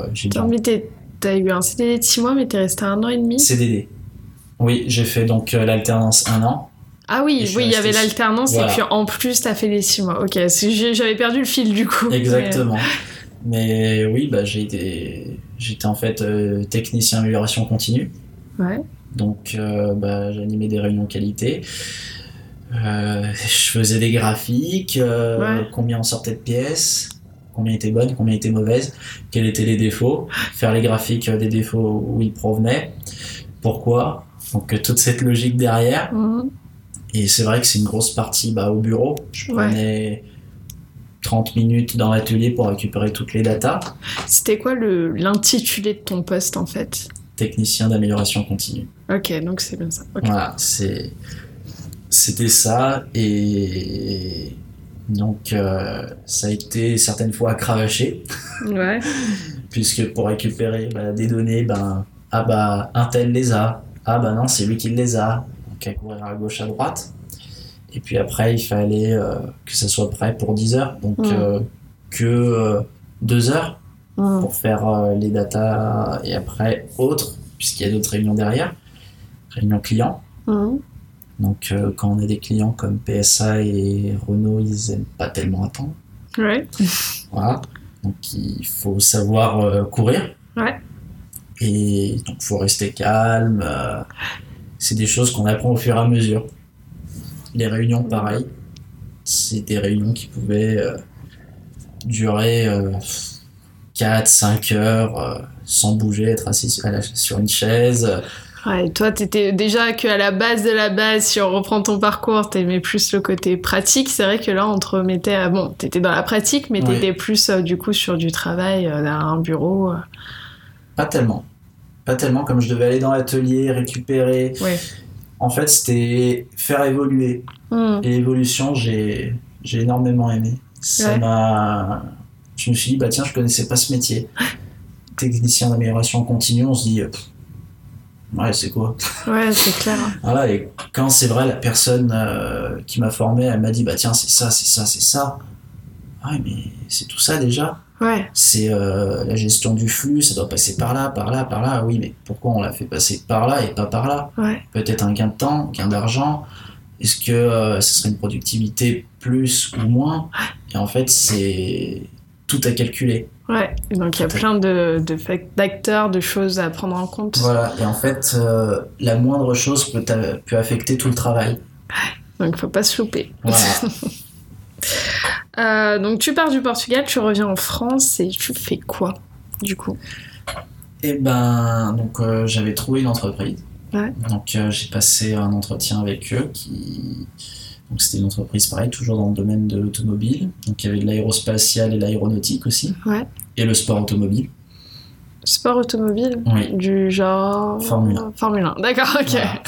t'as eu un CDD de 6 mois, mais t'es resté 1 an et demi. CDD. Oui, j'ai fait donc l'alternance 1 an. Ah oui, il y avait l'alternance, voilà. Et puis en plus, t'as fait les 6 mois. Ok, j'avais perdu le fil du coup. Exactement. Mais oui, j'étais en fait technicien amélioration continue. Ouais. Donc j'animais des réunions qualité. Je faisais des graphiques, combien on sortait de pièces, combien étaient bonnes, combien étaient mauvaises, quels étaient les défauts, faire les graphiques des défauts où ils provenaient, pourquoi. Donc toute cette logique derrière. Et c'est vrai que c'est une grosse partie au bureau. Je prenais 30 minutes dans l'atelier pour récupérer toutes les datas. C'était quoi l'intitulé de ton poste en fait ? Technicien d'amélioration continue. Ok, donc c'est bien ça. Okay. Voilà, c'était ça. Et donc ça a été certaines fois à cravacher. Ouais. Puisque pour récupérer des données, un tel les a. Non, c'est lui qui les a. Donc à courir à gauche, à droite. Et puis après, il fallait que ça soit prêt pour 10 heures. Donc que 2 heures pour faire les datas et après autres, puisqu'il y a d'autres réunions derrière. Réunions clients. Donc quand on a des clients comme PSA et Renault, ils aiment pas tellement attendre. Ouais. Voilà. Donc il faut savoir courir. Ouais. Et donc il faut rester calme. C'est des choses qu'on apprend au fur et à mesure. Les réunions, pareil. C'est des réunions qui pouvaient durer 4-5 heures sans bouger, être assis sur une chaise. Ouais, et toi, t'étais déjà qu'à la base de la base, si on reprend ton parcours, t'aimais plus le côté pratique. C'est vrai que là, on te remettait à... Bon, t'étais dans la pratique, mais t'étais plus du coup sur du travail, derrière un bureau. Pas tellement, comme je devais aller dans l'atelier, récupérer. Ouais. En fait, c'était faire évoluer. Et l'évolution, j'ai énormément aimé. Ça m'a... Je me suis dit, tiens, je connaissais pas ce métier. Technicien d'amélioration continue, on se dit... Ouais, c'est quoi ? Ouais, c'est clair. Voilà, et quand c'est vrai, la personne qui m'a formé, elle m'a dit, tiens, c'est ça, c'est ça, c'est ça. Ouais, mais c'est tout ça déjà. Ouais. C'est la gestion du flux, ça doit passer par là, par là, par là. Oui, mais pourquoi on l'a fait passer par là et pas par là ? Ouais. Peut-être un gain de temps, gain d'argent. Est-ce que ce serait une productivité plus ou moins ? Et en fait, c'est tout à calculer. Ouais, donc il y a plein d'acteurs, de choses à prendre en compte. Voilà, et en fait, la moindre chose peut affecter tout le travail. Donc il faut pas se louper. Voilà. Donc tu pars du Portugal, tu reviens en France et tu fais quoi du coup ? Et donc j'avais trouvé une entreprise. Ouais. Donc j'ai passé un entretien avec eux donc c'était une entreprise pareil, toujours dans le domaine de l'automobile. Donc il y avait de l'aérospatial et l'aéronautique aussi. Ouais. Et le sport automobile. Sport automobile ? Oui. Du genre... Formule 1. Formule 1, d'accord, ok. Voilà.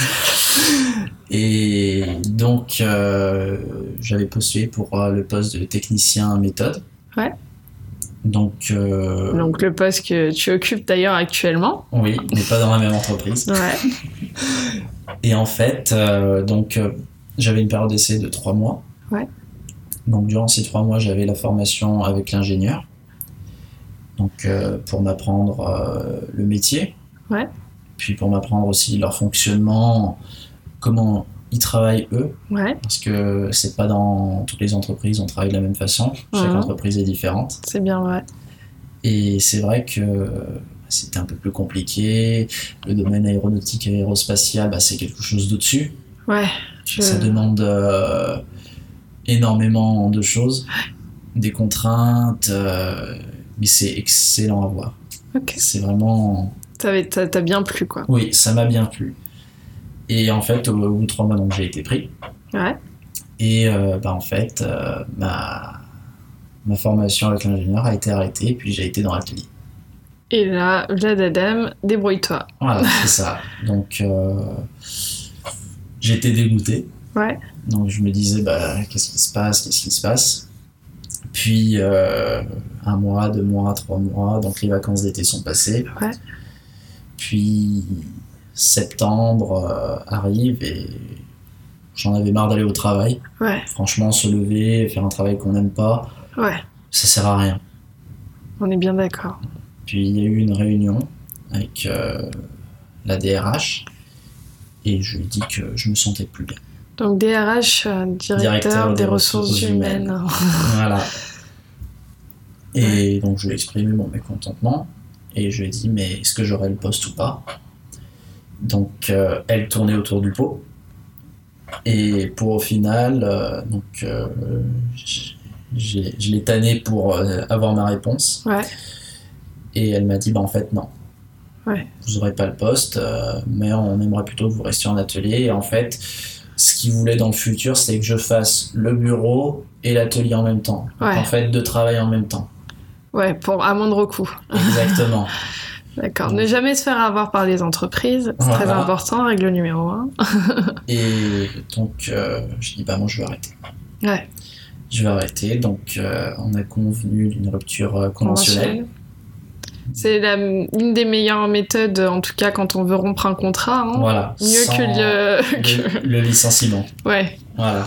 Et donc j'avais postulé pour le poste de technicien méthode. Ouais. Donc le poste que tu occupes d'ailleurs actuellement. Oui, mais pas dans la même entreprise. Ouais. Et en fait, j'avais une période d'essai de 3 mois. Ouais. Donc durant ces 3 mois, j'avais la formation avec l'ingénieur. Donc pour m'apprendre le métier. Ouais. Puis pour m'apprendre aussi leur fonctionnement, comment ils travaillent eux. Ouais. Parce que c'est pas dans toutes les entreprises, on travaille de la même façon. Chaque entreprise est différente. C'est bien vrai. Et c'est vrai que c'était un peu plus compliqué. Le domaine aéronautique et aérospatial, c'est quelque chose d'au-dessus. Ouais. Ça demande énormément de choses, des contraintes, mais c'est excellent à voir. Ok. C'est vraiment... T'as bien plu, quoi. Oui, ça m'a bien plu. Et en fait, au bout de 3 mois, donc, j'ai été pris. Ouais. Et en fait, ma formation avec l'ingénieur a été arrêtée, puis j'ai été dans l'atelier. Et là, Vladadam, débrouille-toi. Voilà, c'est ça. Donc, j'étais dégoûté. Ouais. Donc, je me disais, qu'est-ce qui se passe? Puis, 1 mois, 2 mois, 3 mois, donc les vacances d'été sont passées. Ouais. Puis, septembre arrive et j'en avais marre d'aller au travail. Ouais. Franchement, se lever, faire un travail qu'on n'aime pas, ça sert à rien. On est bien d'accord. Puis il y a eu une réunion avec la DRH et je lui ai dit que je me sentais plus bien. Donc DRH, directeur des ressources humaines. Voilà. Et donc je lui ai exprimé mon mécontentement et je lui ai dit mais est-ce que j'aurai le poste ou pas? Donc elle tournait autour du pot et pour au final je l'ai tanné pour avoir ma réponse. Ouais. Et elle m'a dit en fait non. Ouais. Vous n'aurez pas le poste, mais on aimerait plutôt que vous restiez en atelier. Et en fait, ce qu'ils voulaient dans le futur, c'est que je fasse le bureau et l'atelier en même temps. Donc, en fait, 2 travails en même temps. Ouais, à moindre coût. Exactement. D'accord. Donc, ne jamais se faire avoir par les entreprises, c'est très important, règle numéro 1. Et donc, je dis moi je vais arrêter. Ouais. Je vais arrêter. Donc, on a convenu d'une rupture conventionnelle. C'est une des meilleures méthodes, en tout cas quand on veut rompre un contrat. Hein. Voilà. Mieux que le licenciement. Ouais. Voilà.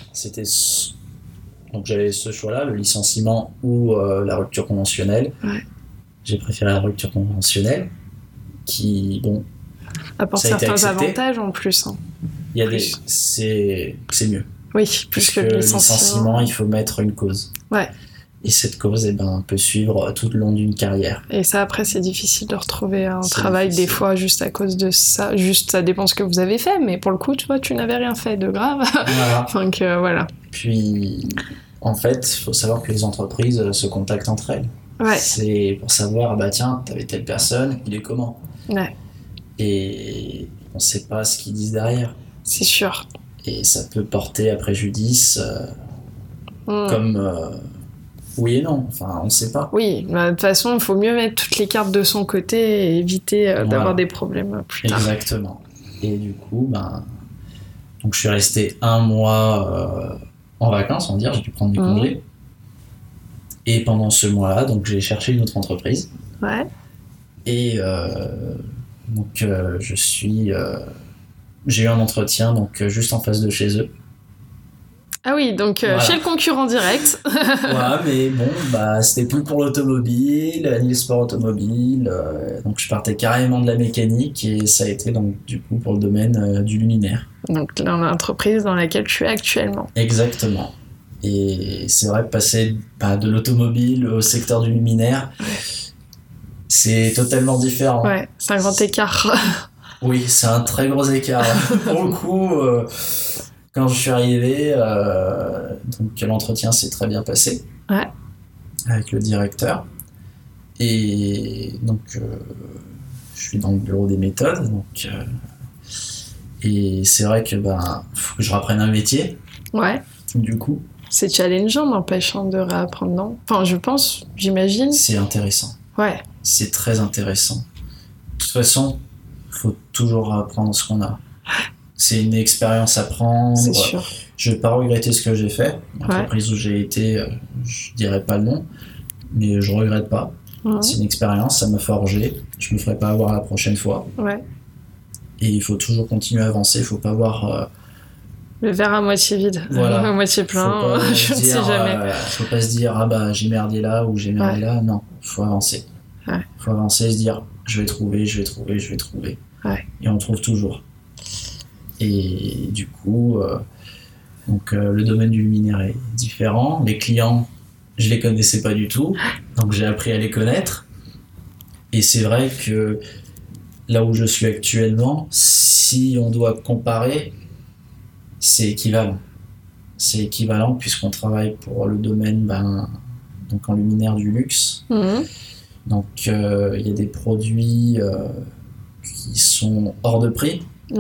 Donc j'avais ce choix-là, le licenciement ou la rupture conventionnelle. Ouais. J'ai préféré la rupture conventionnelle qui, apporte certains avantages en plus. Hein. C'est mieux. Oui, plus que le licenciement, il faut mettre une cause. Ouais. Et cette cause, peut suivre tout le long d'une carrière. Et ça, après, c'est difficile de retrouver un travail des fois juste à cause de ça. Juste, ça dépend ce que vous avez fait, mais pour le coup, tu vois, tu n'avais rien fait de grave. Voilà. Donc, voilà. Puis, en fait, il faut savoir que les entreprises se contactent entre elles. Ouais. C'est pour savoir, tiens, t'avais telle personne, il est comment? Ouais. Et on ne sait pas ce qu'ils disent derrière. C'est sûr. Et ça peut porter à préjudice, comme... oui et non, on ne sait pas. Oui, de toute façon, il faut mieux mettre toutes les cartes de son côté et éviter d'avoir des problèmes plus tard. Exactement. Et du coup, donc je suis resté 1 mois en vacances, on va dire, j'ai dû prendre du congé. Et pendant ce mois-là, donc j'ai cherché une autre entreprise. Ouais. Et donc j'ai eu un entretien donc juste en face de chez eux. Ah oui, donc chez le concurrent direct. Ouais, mais c'était plus pour l'automobile, ni le sport automobile. Donc je partais carrément de la mécanique et ça a été donc du coup pour le domaine du luminaire. Donc dans l'entreprise dans laquelle tu es actuellement. Exactement. Et c'est vrai que passer de l'automobile au secteur du luminaire, c'est totalement différent. Ouais, c'est un grand écart. Oui, c'est un très gros écart. Pour le coup... Quand je suis arrivé, donc l'entretien s'est très bien passé avec le directeur. Et donc, je suis dans le bureau des méthodes. Donc, et c'est vrai que faut que je reprenne un métier. Ouais. Du coup. C'est challengeant, n'empêche, de réapprendre, non? Enfin, je pense, j'imagine. C'est intéressant. Ouais. C'est très intéressant. De toute façon, il faut toujours apprendre ce qu'on a. C'est une expérience à prendre. C'est sûr. Je ne vais pas regretter ce que j'ai fait. L'entreprise où j'ai été, je ne dirais pas le nom, mais je ne regrette pas. C'est une expérience, ça m'a forgé. Je ne me ferai pas avoir la prochaine fois. Ouais. Et il faut toujours continuer à avancer. Il ne faut pas voir... le verre à moitié vide, à moitié plein. Je ne sais jamais. Il ne faut pas se dire j'ai merdé là ou j'ai merdé là. Non, il faut avancer. Il faut avancer et se dire je vais trouver. Ouais. Et on trouve toujours. Et du coup, le domaine du luminaire est différent. Les clients, je les connaissais pas du tout, donc j'ai appris à les connaître. Et c'est vrai que là où je suis actuellement, si on doit comparer, c'est équivalent. C'est équivalent puisqu'on travaille pour le domaine donc en luminaire du luxe. Donc il y a des produits qui sont hors de prix. Ouais.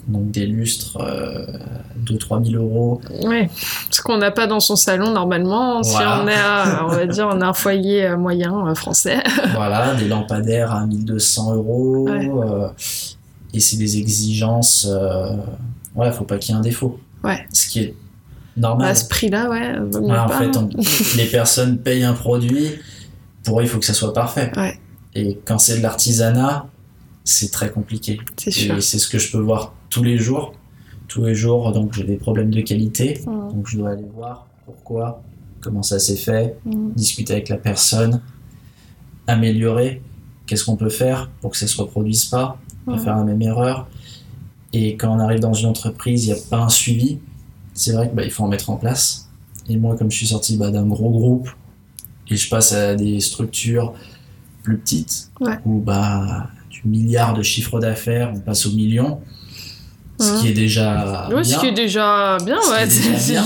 Donc des lustres, 2-3 000 euros. Ouais, ce qu'on n'a pas dans son salon normalement, Voilà. Si on est, on va dire, on a un foyer moyen français. Voilà, des lampadaires à 1 200 euros. Ouais. Et c'est des exigences. Voilà, faut pas qu'il y ait un défaut. Ouais. Ce qui est normal. À ce prix-là, ouais, vaut mieux Voilà, en pas, fait, hein. les personnes payent un produit, pour eux, il faut que ça soit parfait. Ouais. Et quand c'est de l'artisanat, c'est très compliqué. C'est sûr. Et c'est ce que je peux voir tous les jours. Tous les jours, donc j'ai des problèmes de qualité. Donc je dois aller voir pourquoi, comment ça s'est fait, discuter avec la personne, améliorer. Qu'est-ce qu'on peut faire pour que ça se reproduise pas, pas faire la même erreur. Et quand on arrive dans une entreprise, il n'y a pas un suivi. C'est vrai qu'il faut en mettre en place. Et moi, comme je suis sorti d'un gros groupe et je passe à des structures plus petites, où du milliard de chiffre d'affaires, on passe au million. Ce qui est déjà bien. Ce qui est déjà bien, ouais, c'est sûr.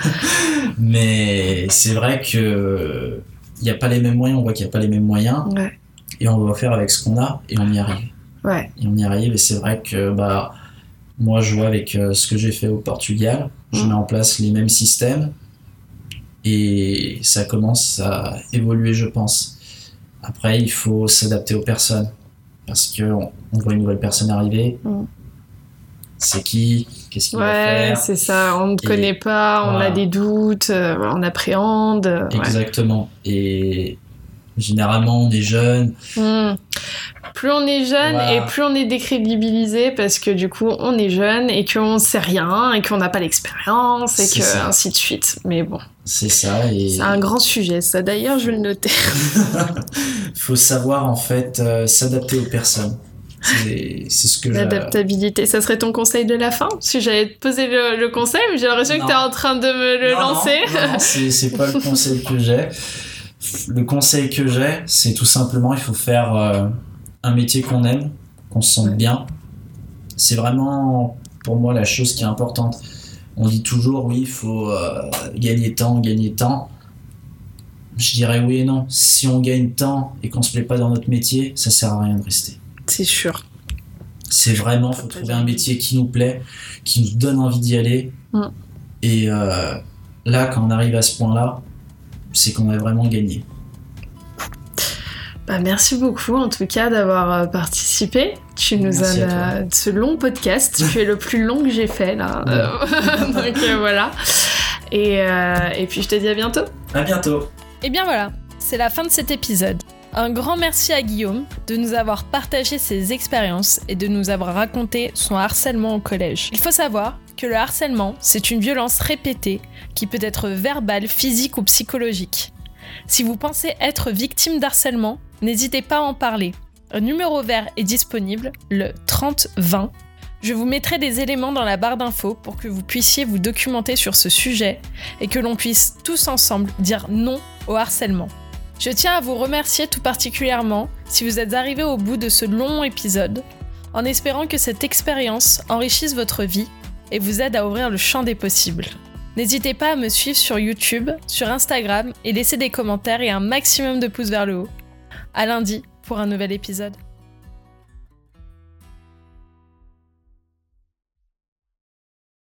Mais c'est vrai que il n'y a pas les mêmes moyens, on voit qu'il n'y a pas les mêmes moyens. Ouais. Et on doit faire avec ce qu'on a et on y arrive. Ouais. Et on y arrive et c'est vrai que moi je vois avec ce que j'ai fait au Portugal, je mets en place les mêmes systèmes et ça commence à évoluer, je pense. Après, il faut s'adapter aux personnes parce qu'on voit une nouvelle personne arriver. C'est qui? Qu'est-ce qu'il va faire? Ouais, c'est ça. On ne connaît pas, on a des doutes, on appréhende. Exactement. Et généralement, on est jeune. Plus on est jeune et plus on est décrédibilisé parce que du coup, on est jeune et qu'on sait rien et qu'on n'a pas l'expérience et ainsi de suite. Mais bon. C'est ça. Et... c'est un grand sujet, ça. D'ailleurs, je vais le noter. Il faut savoir, en fait, s'adapter aux personnes. C'est ce que l'adaptabilité, ça serait ton conseil de la fin? Parce que j'allais te poser le conseil, mais j'ai l'impression que t'es en train de me le lancer. Non, c'est pas le conseil que j'ai. Le conseil que j'ai, c'est tout simplement, il faut faire un métier qu'on aime, qu'on se sente bien. C'est vraiment, pour moi, la chose qui est importante. On dit toujours, oui, il faut gagner temps. Je dirais oui et non. Si on gagne temps et qu'on se plaît pas dans notre métier, ça sert à rien de rester. C'est sûr. C'est vraiment, faut trouver un métier qui nous plaît, qui nous donne envie d'y aller. Et là, quand on arrive à ce point-là, c'est qu'on a vraiment gagné. Merci beaucoup, en tout cas, d'avoir participé. Tu nous as ce long podcast. Tu es le plus long que j'ai fait, là. Donc voilà. Et puis, je te dis à bientôt. À bientôt. Et bien voilà, c'est la fin de cet épisode. Un grand merci à Guillaume de nous avoir partagé ses expériences et de nous avoir raconté son harcèlement au collège. Il faut savoir que le harcèlement, c'est une violence répétée qui peut être verbale, physique ou psychologique. Si vous pensez être victime d'harcèlement, n'hésitez pas à en parler. Un numéro vert est disponible, le 3020. Je vous mettrai des éléments dans la barre d'infos pour que vous puissiez vous documenter sur ce sujet et que l'on puisse tous ensemble dire non au harcèlement. Je tiens à vous remercier tout particulièrement si vous êtes arrivés au bout de ce long épisode, en espérant que cette expérience enrichisse votre vie et vous aide à ouvrir le champ des possibles. N'hésitez pas à me suivre sur YouTube, sur Instagram et laisser des commentaires et un maximum de pouces vers le haut. À lundi pour un nouvel épisode.